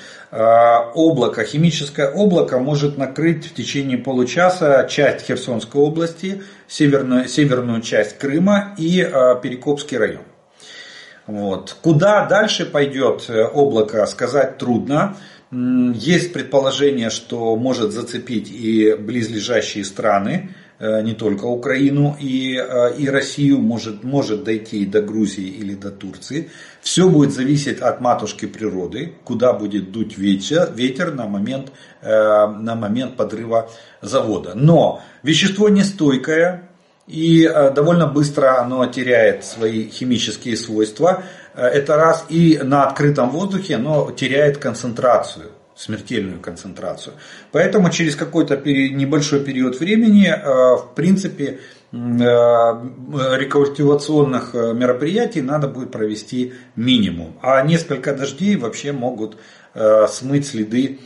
Химическое облако может накрыть в течение получаса часть Херсонской области, северную часть Крыма и Перекопский район. Вот. Куда дальше пойдет облако, сказать трудно. Есть предположение, что может зацепить и близлежащие страны, не только Украину и Россию, может дойти и до Грузии или до Турции. Все будет зависеть от матушки природы, куда будет дуть ветер на момент подрыва завода. Но вещество нестойкое и довольно быстро оно теряет свои химические свойства. Это раз. И на открытом воздухе оно теряет концентрацию. Смертельную концентрацию. Поэтому через какой-то небольшой период времени, в принципе, рекультивационных мероприятий надо будет провести минимум. А несколько дождей вообще могут смыть следы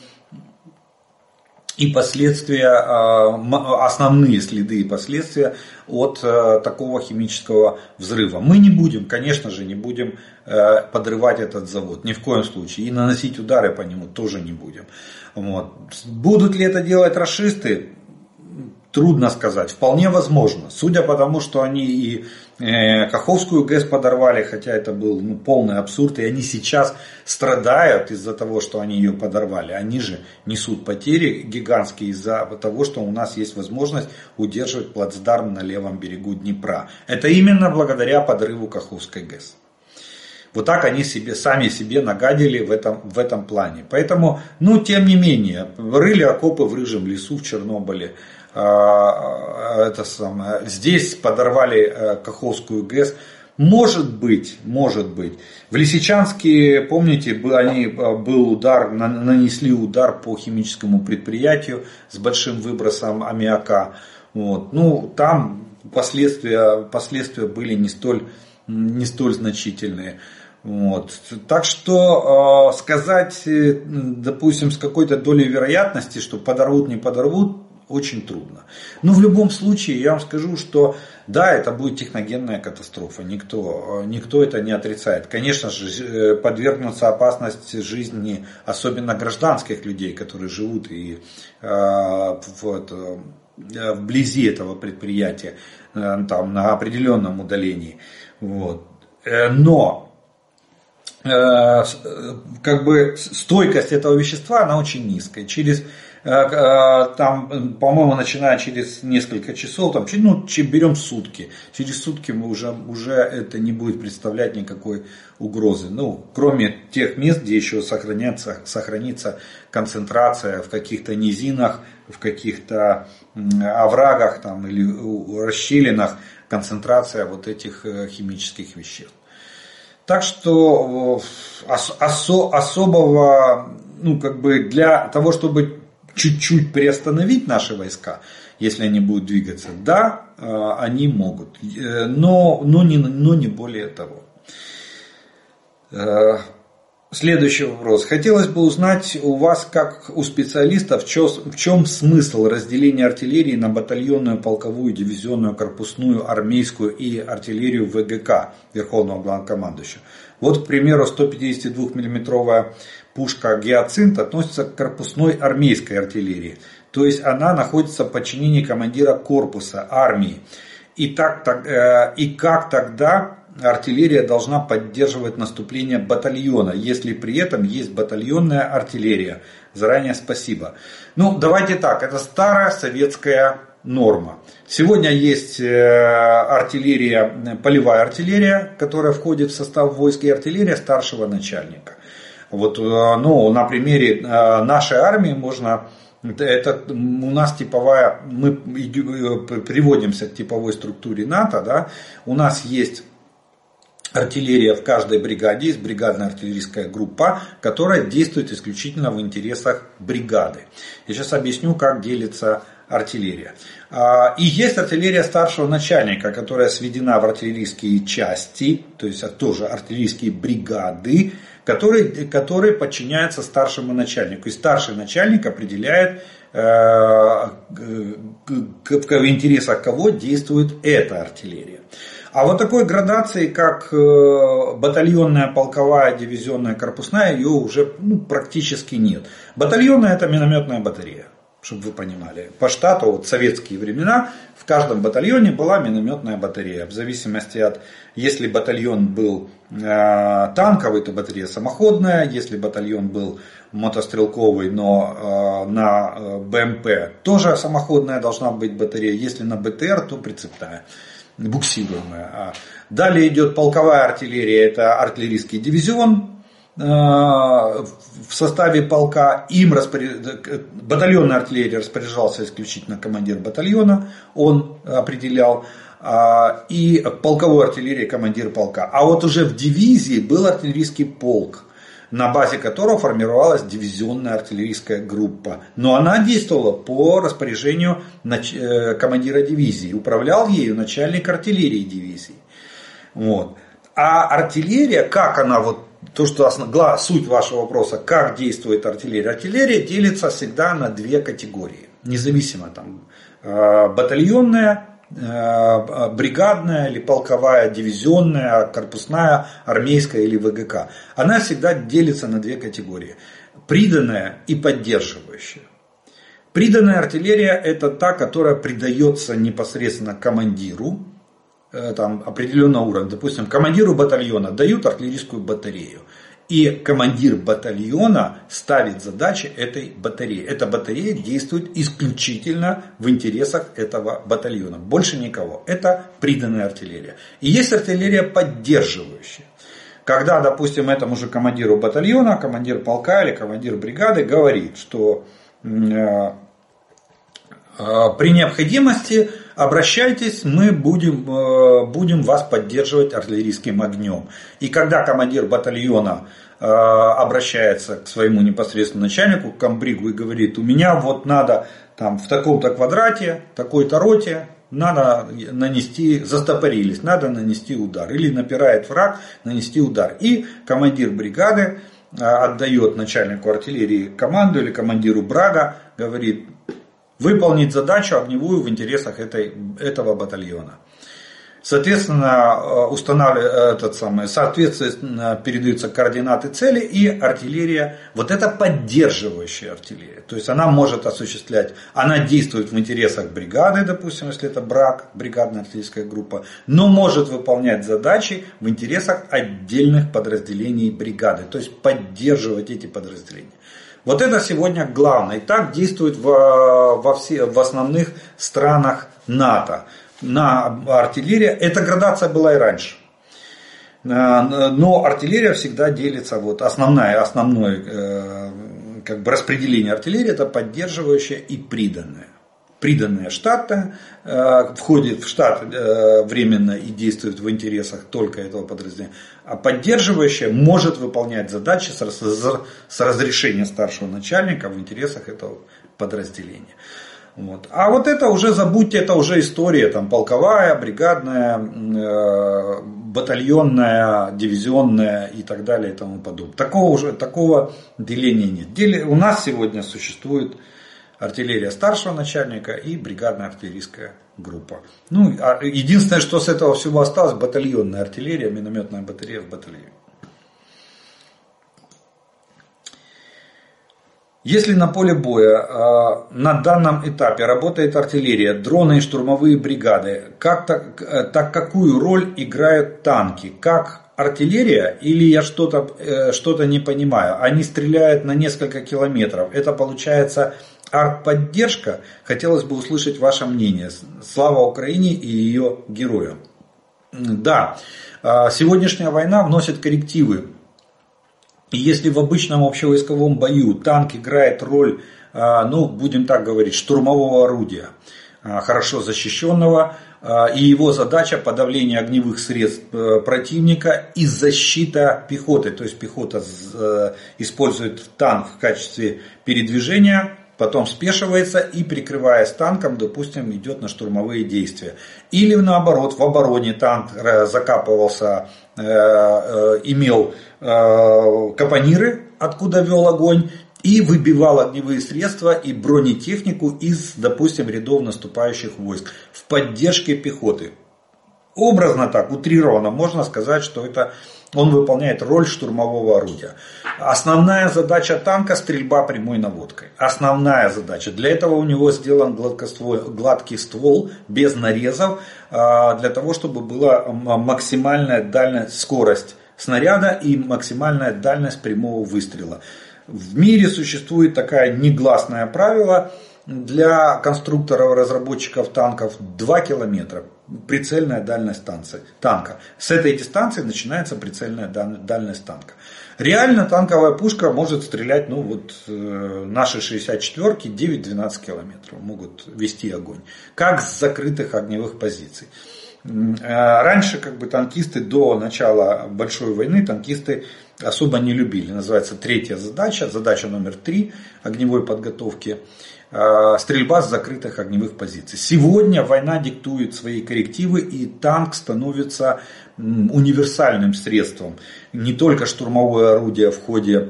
и последствия, основные следы и последствия от такого химического взрыва. Мы не будем, конечно же, не будем подрывать этот завод, ни в коем случае. И наносить удары по нему тоже не будем. Вот. Будут ли это делать рашисты? Трудно сказать. Вполне возможно. Судя по тому, что они и Каховскую ГЭС подорвали, хотя это был полный абсурд, и они сейчас страдают из-за того, что они ее подорвали. Они же несут потери гигантские из-за того, что у нас есть возможность удерживать плацдарм на левом берегу Днепра. Это именно благодаря подрыву Каховской ГЭС. Вот так они сами себе нагадили в этом плане. Поэтому, тем не менее, рыли окопы в Рыжем лесу в Чернобыле. Здесь подорвали Каховскую ГЭС. Может быть. В Лисичанске, помните, был удар, нанесли удар по химическому предприятию с большим выбросом аммиака. Там последствия были не столь значительные. Так что сказать, допустим, с какой-то долей вероятности, что подорвут, не подорвут, очень трудно. Но в любом случае я вам скажу, что да, это будет техногенная катастрофа. Никто это не отрицает. Конечно же, подвергнутся опасности жизни, особенно гражданских людей, которые живут и вблизи этого предприятия, там, на определенном удалении. Но стойкость этого вещества, она очень низкая. По-моему, начиная через несколько часов, берем сутки. Через сутки уже это не будет представлять никакой угрозы. Кроме тех мест, где еще сохранится концентрация в каких-то низинах, в каких-то оврагах или расщелинах, концентрация вот этих химических веществ. Так что особого, для того, чтобы чуть-чуть приостановить наши войска, если они будут двигаться, да, они могут, но не более того. Следующий вопрос. Хотелось бы узнать у вас, как у специалистов, в чем смысл разделения артиллерии на батальонную, полковую, дивизионную, корпусную, армейскую и артиллерию ВГК, Верховного Главнокомандующего. Вот, к примеру, 152 мм пушка «Гиацинт» относится к корпусной армейской артиллерии. То есть она находится в подчинении командира корпуса армии. И как тогда артиллерия должна поддерживать наступление батальона, если при этом есть батальонная артиллерия? Заранее спасибо. Давайте так, это старая советская норма. Сегодня есть артиллерия, полевая артиллерия, которая входит в состав войск, и артиллерия старшего начальника. На примере нашей армии можно... Это у нас типовая, мы приводимся к типовой структуре НАТО, да, у нас есть артиллерия в каждой бригаде, есть бригадная артиллерийская группа, которая действует исключительно в интересах бригады. Я сейчас объясню, как делится артиллерия. И есть артиллерия старшего начальника, которая сведена в артиллерийские части, то есть тоже артиллерийские бригады, которые подчиняются старшему начальнику. И старший начальник определяет, в интересах кого действует эта артиллерия. А вот такой градации, как батальонная, полковая, дивизионная, корпусная, ее уже практически нет. Батальонная — это минометная батарея, чтобы вы понимали. По штату, в советские времена, в каждом батальоне была минометная батарея. В зависимости от, если батальон был танковый, то батарея самоходная. Если батальон был мотострелковый, но на БМП, тоже самоходная должна быть батарея. Если на БТР, то прицепная, буксируемая. Далее идет полковая артиллерия, это артиллерийский дивизион. В составе полка батальонная артиллерия распоряжался исключительно командир батальона, он определял, и полковой артиллерии командир полка. А вот уже в дивизии был артиллерийский полк, на базе которого формировалась дивизионная артиллерийская группа. Но она действовала по распоряжению командира дивизии, управлял ею начальник артиллерии дивизии. А артиллерия, как она, то, что суть вашего вопроса, как действует артиллерия. Артиллерия делится всегда на две категории, независимо батальонная, бригадная или полковая, дивизионная, корпусная, армейская или ВГК. Она всегда делится на две категории: приданная и поддерживающая. Приданная артиллерия — это та, которая придается непосредственно командиру определенного уровня. Допустим, командиру батальона дают артиллерийскую батарею, и командир батальона ставит задачи этой батареи. Эта батарея действует исключительно в интересах этого батальона, больше никого. Это приданная артиллерия. И есть артиллерия поддерживающая. Когда, допустим, этому же командиру батальона, командир полка или командир бригады говорит, что при необходимости обращайтесь, мы будем вас поддерживать артиллерийским огнем. И когда командир батальона обращается к своему непосредственному начальнику, к комбригу, и говорит, у меня вот надо там в таком-то квадрате, такой-то роте, надо нанести, застопорились, надо нанести удар. Или напирает враг, нанести удар. И командир бригады отдает начальнику артиллерии команду или командиру брага, говорит, выполнить задачу огневую в интересах этого батальона. Соответственно, соответственно, передаются координаты цели, и артиллерия, вот это поддерживающая артиллерия. То есть она может осуществлять, она действует в интересах бригады, допустим, если это брак, бригадная артиллерийская группа, но может выполнять задачи в интересах отдельных подразделений бригады, то есть поддерживать эти подразделения. Вот это сегодня главное. И так действует в основных странах НАТО. На артиллерия, эта градация была и раньше. Но артиллерия всегда делится, вот основное как бы распределение артиллерии, это поддерживающая и приданная. Приданная штата входит в штат временно и действует в интересах только этого подразделения. А поддерживающая может выполнять задачи с разрешения старшего начальника в интересах этого подразделения. Вот. А вот это уже забудьте, это уже история там, полковая, бригадная, батальонная, дивизионная и так далее и тому подобное. Такого деления нет. У нас сегодня существует артиллерия старшего начальника и бригадная артиллерийская группа. Ну, единственное, что с этого всего осталось, батальонная артиллерия, минометная батарея в батальоне. Если на поле боя на данном этапе работает артиллерия, дроны и штурмовые бригады, так какую роль играют танки? Как артиллерия или я что-то не понимаю? Они стреляют на несколько километров. Это получается артподдержка? Хотелось бы услышать ваше мнение. Слава Украине и ее героям. Да, сегодняшняя война вносит коррективы. И если в обычном общевойсковом бою танк играет роль, ну, будем так говорить, штурмового орудия, хорошо защищенного, и его задача подавление огневых средств противника и защита пехоты. То есть пехота использует танк в качестве передвижения, потом спешивается и, прикрываясь танком, допустим, идет на штурмовые действия. Или наоборот, в обороне танк закапывался, имел капониры, откуда вел огонь, и выбивал огневые средства и бронетехнику из, допустим, рядов наступающих войск в поддержке пехоты. Образно так, утрированно можно сказать, что это он выполняет роль штурмового орудия. Основная задача танка – стрельба прямой наводкой. Основная задача. Для этого у него сделан гладкий ствол без нарезов, для того, чтобы была максимальная дальность, скорость снаряда и максимальная дальность прямого выстрела. В мире существует такое негласное правило для конструкторов, разработчиков танков: 2 километра. Прицельная дальность танка. С этой дистанции начинается прицельная дальность танка. Реально танковая пушка может стрелять, ну вот наши 64-ки 9-12 километров могут вести огонь. Как с закрытых огневых позиций. Раньше как бы танкисты до начала большой войны танкисты особо не любили. Называется третья задача, задача номер 3 огневой подготовки. Стрельба с закрытых огневых позиций. Сегодня война диктует свои коррективы, и танк становится универсальным средством. Не только штурмовое орудие в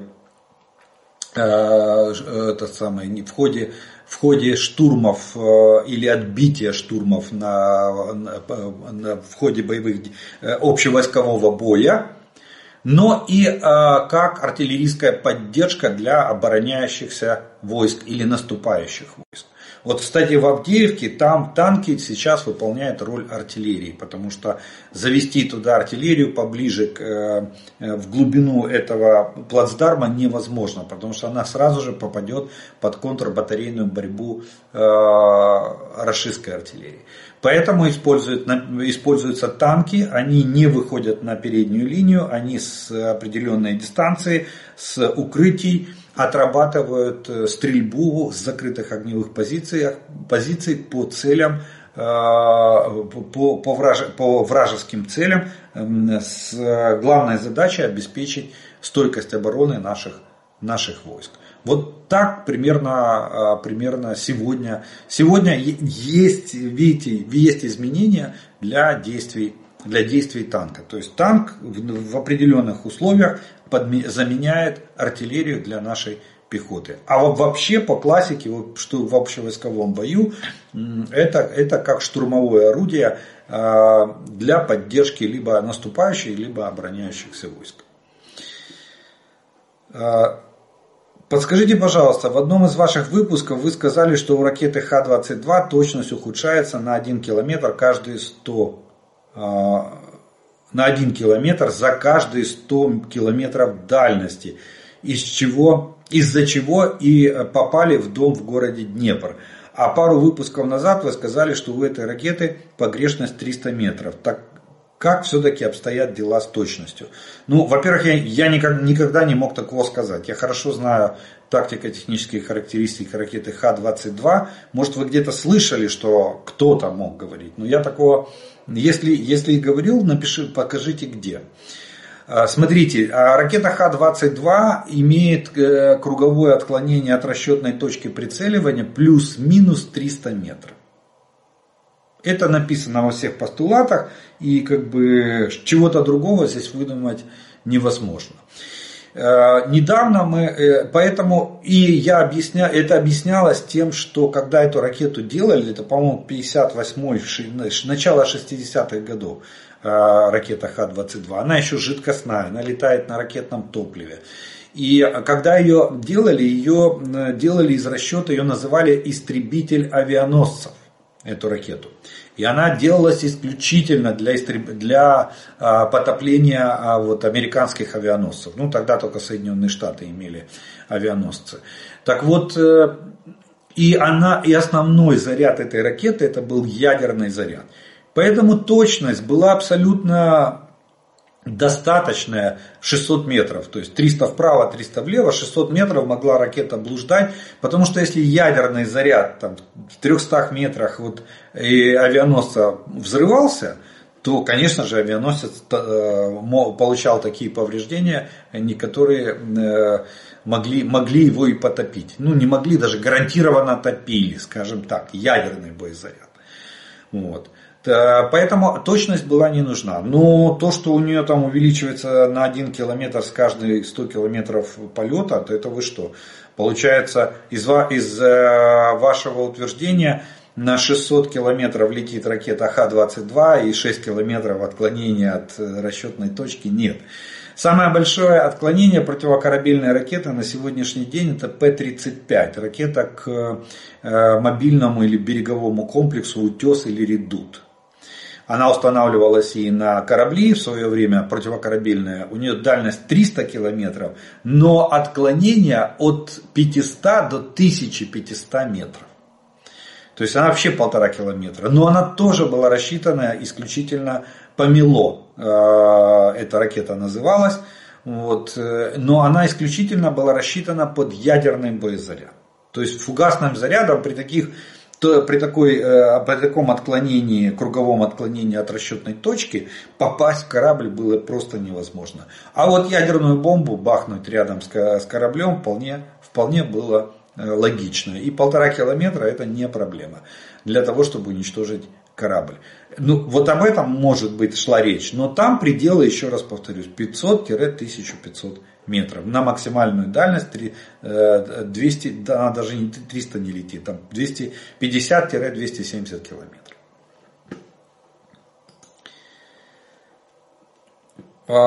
ходе штурмов или отбития штурмов в ходе боевых общевойскового боя, но и как артиллерийская поддержка для обороняющихся войск или наступающих войск. Вот, кстати, в Авдеевке там танки сейчас выполняют роль артиллерии, потому что завести туда артиллерию поближе в глубину этого плацдарма невозможно, потому что она сразу же попадет под контрбатарейную борьбу рашистской артиллерии. Поэтому используются танки, они не выходят на переднюю линию, они с определенной дистанции, с укрытий отрабатывают стрельбу с закрытых огневых позиций по целям, по вражеским целям, с главной задачей обеспечить стойкость обороны наших войск. Вот так примерно сегодня. Сегодня есть, видите, есть изменения для действий танка. То есть танк в определенных условиях заменяет артиллерию для нашей пехоты. А вообще по классике, что в общевойсковом бою, это как штурмовое орудие для поддержки либо наступающих, либо обороняющихся войск. Подскажите, пожалуйста, в одном из ваших выпусков вы сказали, что у ракеты Х-22 точность ухудшается на 1 километр на 1 километр за каждые 100 километров дальности, из-за чего и попали в дом в городе Днепр. А пару выпусков назад вы сказали, что у этой ракеты погрешность 300 метров. Так как все-таки обстоят дела с точностью? Ну, во-первых, я никогда не мог такого сказать. Я хорошо знаю тактико-технические характеристики ракеты Х-22. Может, вы где-то слышали, что кто-то мог говорить. Но я такого, если и говорил, покажите где. Смотрите, ракета Х-22 имеет круговое отклонение от расчетной точки прицеливания плюс-минус 300 метров. Это написано во всех постулатах, и чего-то другого здесь выдумать невозможно. Недавно поэтому это объяснялось тем, что когда эту ракету делали, это, по-моему, 58-й, начало 60-х годов, ракета Х-22, она еще жидкостная, она летает на ракетном топливе. И когда ее делали из расчета, ее называли истребитель авианосцев, эту ракету. И она делалась исключительно для потопления американских авианосцев. Ну, тогда только Соединенные Штаты имели авианосцы. Так вот, и основной заряд этой ракеты это был ядерный заряд. Поэтому точность была абсолютно достаточная 600 метров, то есть 300 вправо, 300 влево, 600 метров могла ракета блуждать, потому что если ядерный заряд в 300 метрах и авианосца взрывался, то, конечно же, авианосец получал такие повреждения, которые могли его и потопить. Ну, не могли, даже гарантированно топили, скажем так, ядерный боезаряд. Вот. Поэтому точность была не нужна. Но то, что у нее там увеличивается на 1 километр с каждых 100 километров полета, то это вы что? Получается, из вашего утверждения на 600 километров летит ракета Х-22 и 6 километров отклонения от расчетной точки нет. Самое большое отклонение противокорабельной ракеты на сегодняшний день это П-35. Ракета к мобильному или береговому комплексу «Утес» или «Редут». Она устанавливалась и на корабли в свое время, противокорабельная. У нее дальность 300 километров, но отклонение от 500 до 1500 метров. То есть она вообще 1,5 километра. Но она тоже была рассчитана исключительно по МИЛО. Эта ракета называлась. Но она исключительно была рассчитана под ядерный боезаряд. То есть фугасным зарядом при таком отклонении, круговом отклонении от расчетной точки попасть в корабль было просто невозможно. А вот ядерную бомбу бахнуть рядом с кораблем вполне было логично. И 1,5 километра это не проблема для того, чтобы уничтожить корабль. Ну, вот об этом, может быть, шла речь. Но там пределы, еще раз повторюсь, 500-1500 метров. На максимальную дальность 200, она даже не 300 не летит, там 250-270 километров.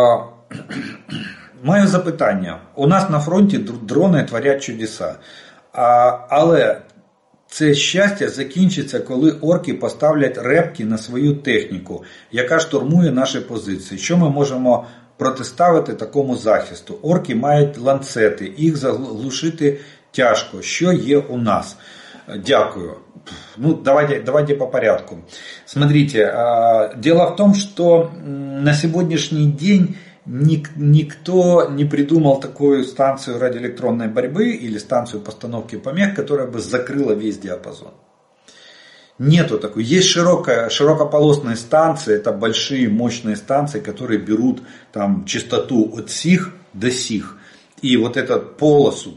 Моє запитання. У нас на фронті дрони творять чудеса. Але це щастя закінчиться, коли орки поставлять ребки на свою техніку, яка штурмує наші позиції. Що ми можемо протиставити такому захисту? Орки мають ланцети, їх заглушити тяжко. Що є у нас? Дякую. Ну, давайте по порядку. Смотрите, дело в том, что на сегодняшний день никто не придумал такую станцию радиоэлектронной борьбы или станцию постановки помех, которая бы закрыла весь диапазон. Нету такой. Есть широкополосные станции, это большие мощные станции, которые берут там частоту от сих до сих. И вот эту полосу,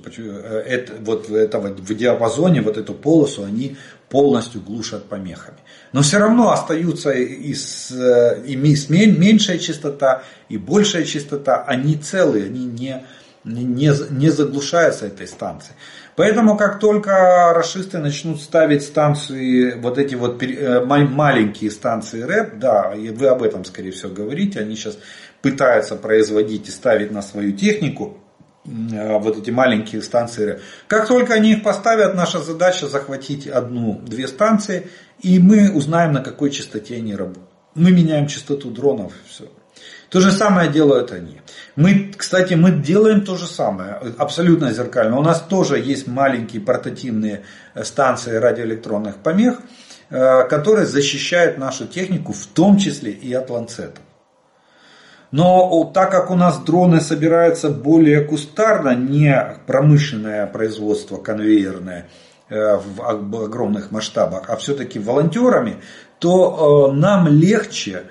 в диапазоне, вот эту полосу они полностью глушат помехами. Но все равно остаются и меньшая частота, и большая частота, они целые, они не заглушаются этой станцией. Поэтому как только рашисты начнут ставить станции, вот эти вот маленькие станции РЭП, да, и вы об этом скорее всего говорите, они сейчас пытаются производить и ставить на свою технику, вот эти маленькие станции РЭП. Как только они их поставят, наша задача захватить 1-2 станции, и мы узнаем, на какой частоте они работают. Мы меняем частоту дронов, и все. То же самое делают они. Кстати, мы делаем то же самое, абсолютно зеркально. У нас тоже есть маленькие портативные станции радиоэлектронных помех, которые защищают нашу технику, в том числе и от ланцетов. Но так как у нас дроны собираются более кустарно, не промышленное производство конвейерное в огромных масштабах, а все-таки волонтерами, то нам легче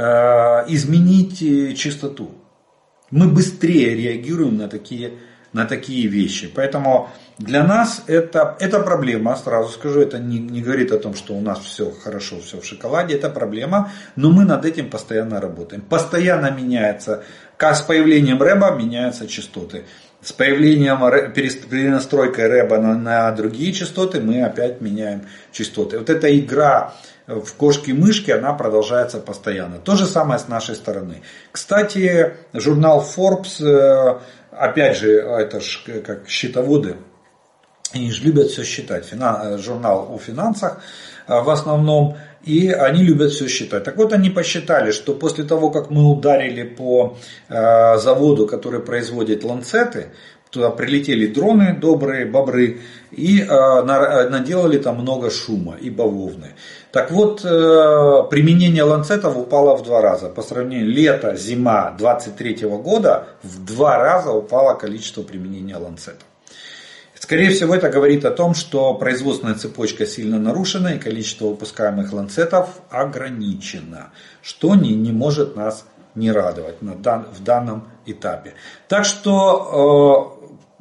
изменить частоту. Мы быстрее реагируем на такие вещи. Поэтому для нас это проблема, сразу скажу, это не говорит о том, что у нас все хорошо, все в шоколаде, это проблема, но мы над этим постоянно работаем. Постоянно меняется, как с появлением рэба меняются частоты. С появлением, перенастройкой рэба на другие частоты мы опять меняем частоты. Вот эта игра в кошки-мышки, она продолжается постоянно. То же самое с нашей стороны. Кстати, журнал Forbes, опять же, это ж как счетоводы, они же любят все считать. Журнал о финансах в основном. И они любят все считать. Так вот, они посчитали, что после того, как мы ударили по заводу, который производит ланцеты, туда прилетели дроны, добрые бобры, и наделали там много шума и бавовны. Так вот, применение ланцетов упало в 2 раза. По сравнению лето, зима 23 года, в 2 раза упало количество применения ланцетов. Скорее всего, это говорит о том, что производственная цепочка сильно нарушена и количество выпускаемых ланцетов ограничено, что не может нас не радовать в данном этапе. Так что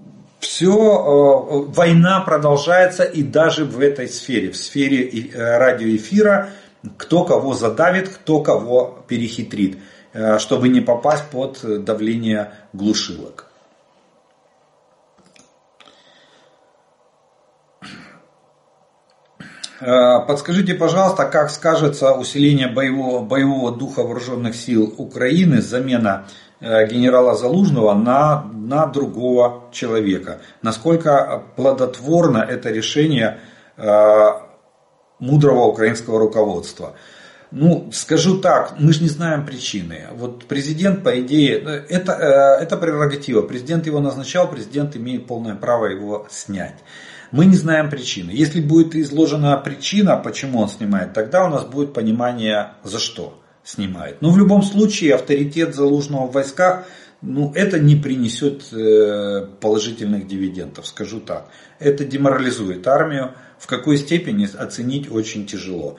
война продолжается и даже в этой сфере, в сфере радиоэфира, кто кого задавит, кто кого перехитрит, чтобы не попасть под давление глушилок. Подскажите, пожалуйста, как скажется усиление боевого духа вооруженных сил Украины, замена генерала Залужного на другого человека? Насколько плодотворно это решение мудрого украинского руководства? Ну, скажу так, мы же не знаем причины. Вот президент, по идее, это прерогатива. Президент его назначал, президент имеет полное право его снять. Мы не знаем причины. Если будет изложена причина, почему он снимает, тогда у нас будет понимание, за что снимает. Но в любом случае авторитет Залужного в войсках, это не принесет положительных дивидендов, скажу так. Это деморализует армию. В какой степени оценить очень тяжело.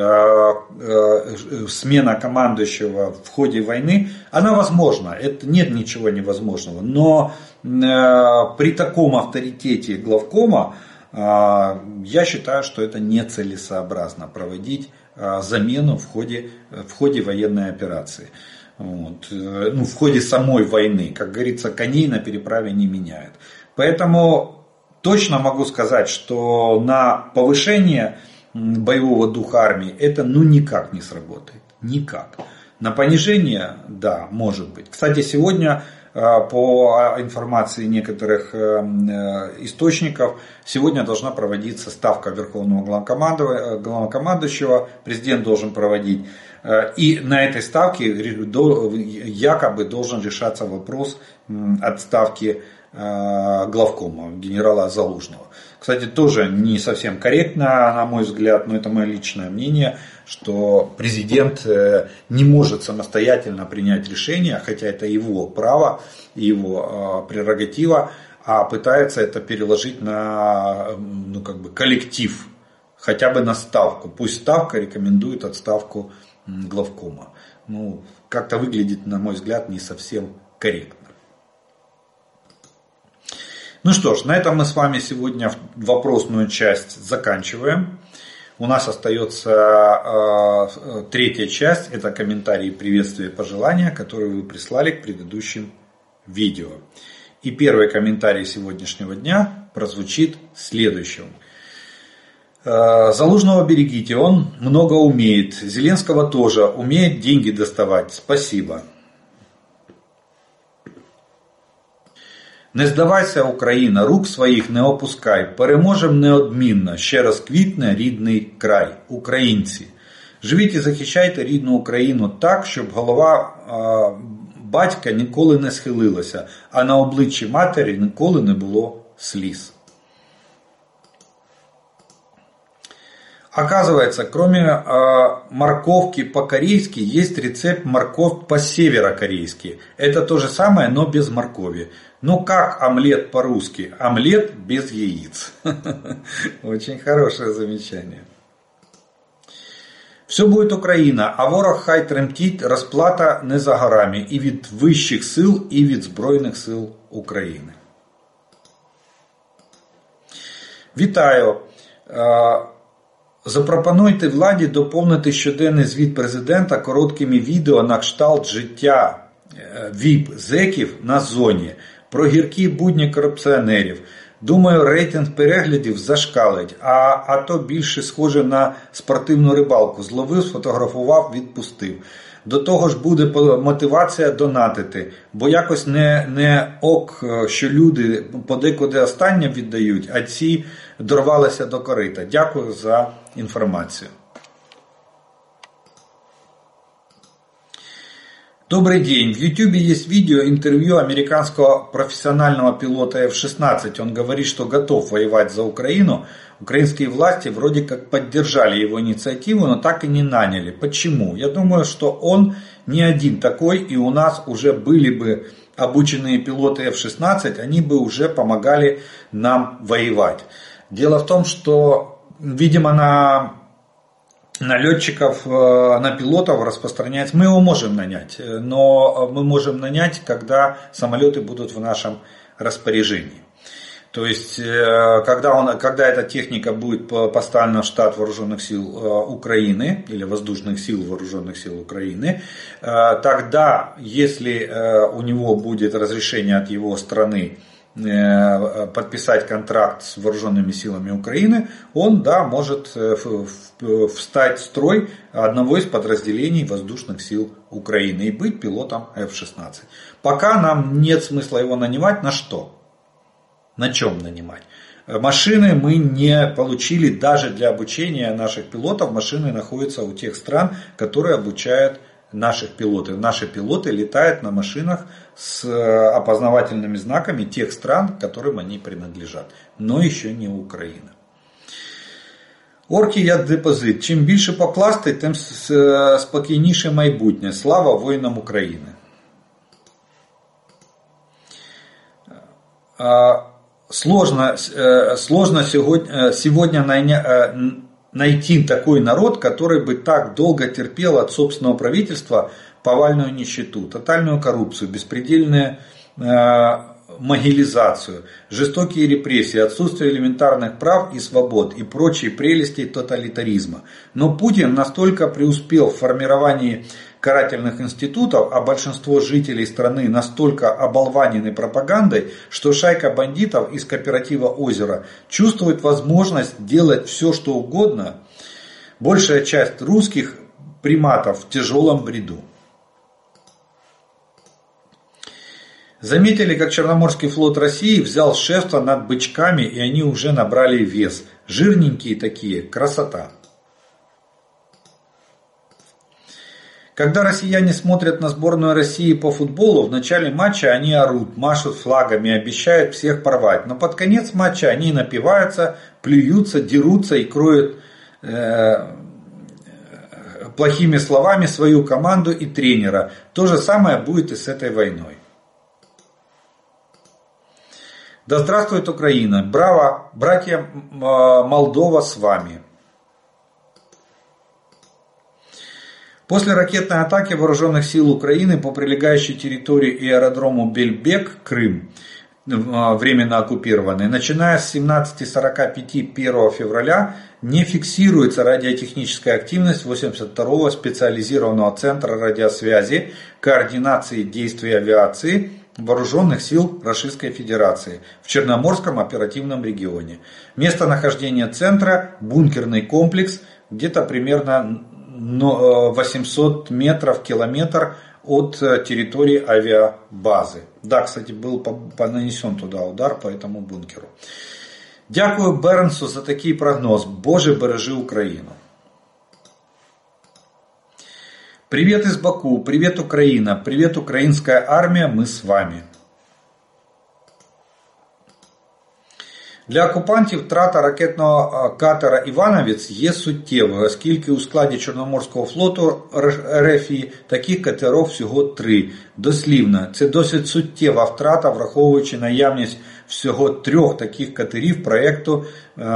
Смена командующего в ходе войны, она возможна. Нет ничего невозможного. Но при таком авторитете главкома, я считаю, что это нецелесообразно проводить замену в ходе военной операции. В ходе самой войны. Как говорится, коней на переправе не меняют. Поэтому точно могу сказать, что на повышение боевого духа армии это никак не сработает. Никак. На понижение, да, может быть. Кстати, сегодня по информации некоторых источников, сегодня должна проводиться ставка Верховного главнокомандующего, президент должен проводить. И на этой ставке якобы должен решаться вопрос отставки главкома генерала Залужного. Кстати, тоже не совсем корректно, на мой взгляд, но это мое личное мнение, что президент не может самостоятельно принять решение, хотя это его право, его прерогатива, а пытается это переложить на коллектив, хотя бы на ставку. Пусть ставка рекомендует отставку главкома. Как-то выглядит, на мой взгляд, не совсем корректно. Ну что ж, на этом мы с вами сегодня вопросную часть заканчиваем. У нас остается третья часть, это комментарии, приветствия, пожелания, которые вы прислали к предыдущим видео. И первый комментарий сегодняшнего дня прозвучит следующим. Залужного берегите, он много умеет. Зеленского тоже, умеет деньги доставать. Спасибо. Не здавайся, Україна, рук своїх не опускай, переможем неодмінно, ще раз квітне рідний край, українці. Живіть і захищайте рідну Україну так, щоб голова батька ніколи не схилилася, а на обличчі матері ніколи не було сліз. Оказывается, кроме морковки по-корейски, есть рецепт морковь по-северокорейски. Это то же самое, но без моркови. Ну как омлет по-русски? Омлет без яиц. Очень хорошее замечание. Все будет Україна, а ворог хай тремтить, розплата не за горами. І від вищих сил, і від Збройних сил України. Вітаю. Запропонуйте владі доповнити щоденний звіт президента короткими відео на кшталт життя ВІП-зеків на зоні, про гіркі будні корупціонерів. Думаю, рейтинг переглядів зашкалить, а то більше схоже на спортивну рибалку. Зловив, сфотографував, відпустив. До того ж буде мотивація донатити, бо якось не ок, що люди подекуди останнє віддають, а ці дорвалися до корита. Дякую за информацию. Добрый день. В YouTube есть видео интервью американского профессионального пилота F-16. Он говорит, что готов воевать за Украину. Украинские власти вроде как поддержали его инициативу, но так и не наняли. Почему? Я думаю, что он не один такой, и у нас уже были бы обученные пилоты F-16, они бы уже помогали нам воевать. Дело в том, что видимо, на летчиков, на пилотов распространяется. Мы его можем нанять, но мы можем нанять, когда самолеты будут в нашем распоряжении. То есть, когда эта техника будет поставлена в штат вооруженных сил Украины или воздушных сил вооруженных сил Украины, тогда, если у него будет разрешение от его страны подписать контракт с вооруженными силами Украины, он, да, может встать в строй одного из подразделений воздушных сил Украины и быть пилотом F-16. Пока нам нет смысла его нанимать. На что? На чем нанимать? Машины мы не получили даже для обучения наших пилотов. Машины находятся у тех стран, которые обучают наших пилотов. Наши пилоты летают на машинах с опознавательными знаками тех стран, которым они принадлежат. Но еще не Украина. Орки як депозит. Чим більше покласти, тим спокійніше майбутнє. Слава воїнам України. Сложно сегодня найти такой народ, который бы так долго терпел от собственного правительства повальную нищету, тотальную коррупцию, беспредельную могилизацию, жестокие репрессии, отсутствие элементарных прав и свобод и прочие прелести тоталитаризма. Но Путин настолько преуспел в формировании карательных институтов, а большинство жителей страны настолько оболванены пропагандой, что шайка бандитов из кооператива «Озеро» чувствует возможность делать все, что угодно. Большая часть русских приматов в тяжелом бреду. Заметили, как Черноморский флот России взял шефство над бычками, и они уже набрали вес. Жирненькие такие, красота. Когда россияне смотрят на сборную России по футболу, в начале матча они орут, машут флагами, обещают всех порвать. Но под конец матча они напиваются, плюются, дерутся и кроют плохими словами свою команду и тренера. То же самое будет и с этой войной. Да здравствует Украина! Браво, братья Молдова с вами! После ракетной атаки вооруженных сил Украины по прилегающей территории и аэродрому Бельбек, Крым, временно оккупированный, начиная с 17:45 1 февраля не фиксируется радиотехническая активность 82-го специализированного центра радиосвязи, координации действий авиации Вооруженных сил Российской Федерации в Черноморском оперативном регионе. Местонахождение центра – бункерный комплекс, где-то примерно 800 метров, километр от территории авиабазы. Да, кстати, был нанесен туда удар по этому бункеру. Дякую Бернсу за такий прогноз. Боже, бережи Украину. Привет из Баку, привет Украина, привет украинская армия, мы з вами. Для окупантів втрата ракетного катера «Івановець» є суттєвою, оскільки у складі Чорноморського флоту РФ таких катерів всього 3. Дослівно, це досить суттєва втрата, враховуючи наявність всього 3 таких катерів проєкту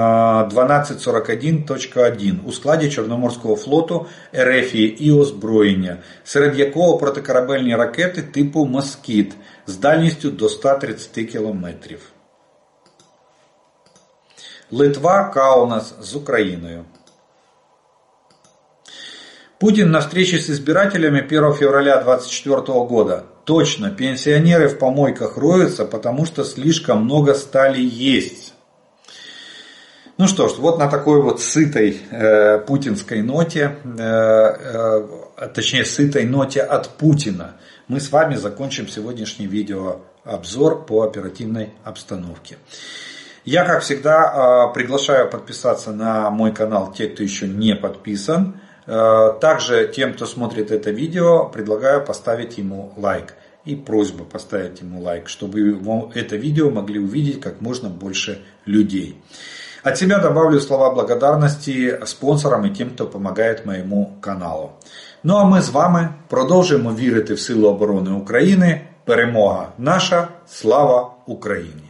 1241.1 у складі Чорноморського флоту РФ і озброєння, серед якого протикорабельні ракети типу «Москіт» з дальністю до 130 кілометрів. Литва, Каунас с Украиной. Путин на встрече с избирателями 1 февраля 2024 года. Точно, пенсионеры в помойках роются, потому что слишком много стали есть. Ну что ж, вот на такой вот сытой путинской ноте, точнее сытой ноте от Путина, мы с вами закончим сегодняшний видеообзор по оперативной обстановке. Я, как всегда, приглашаю подписаться на мой канал те, кто еще не подписан. Также тем, кто смотрит это видео, предлагаю поставить ему лайк. И просьба поставить ему лайк, чтобы это видео могли увидеть как можно больше людей. От себя добавлю слова благодарности спонсорам и тем, кто помогает моему каналу. Ну а ми з вами продовжуємо вірити в Сили оборони України. Перемога наша, слава Україні!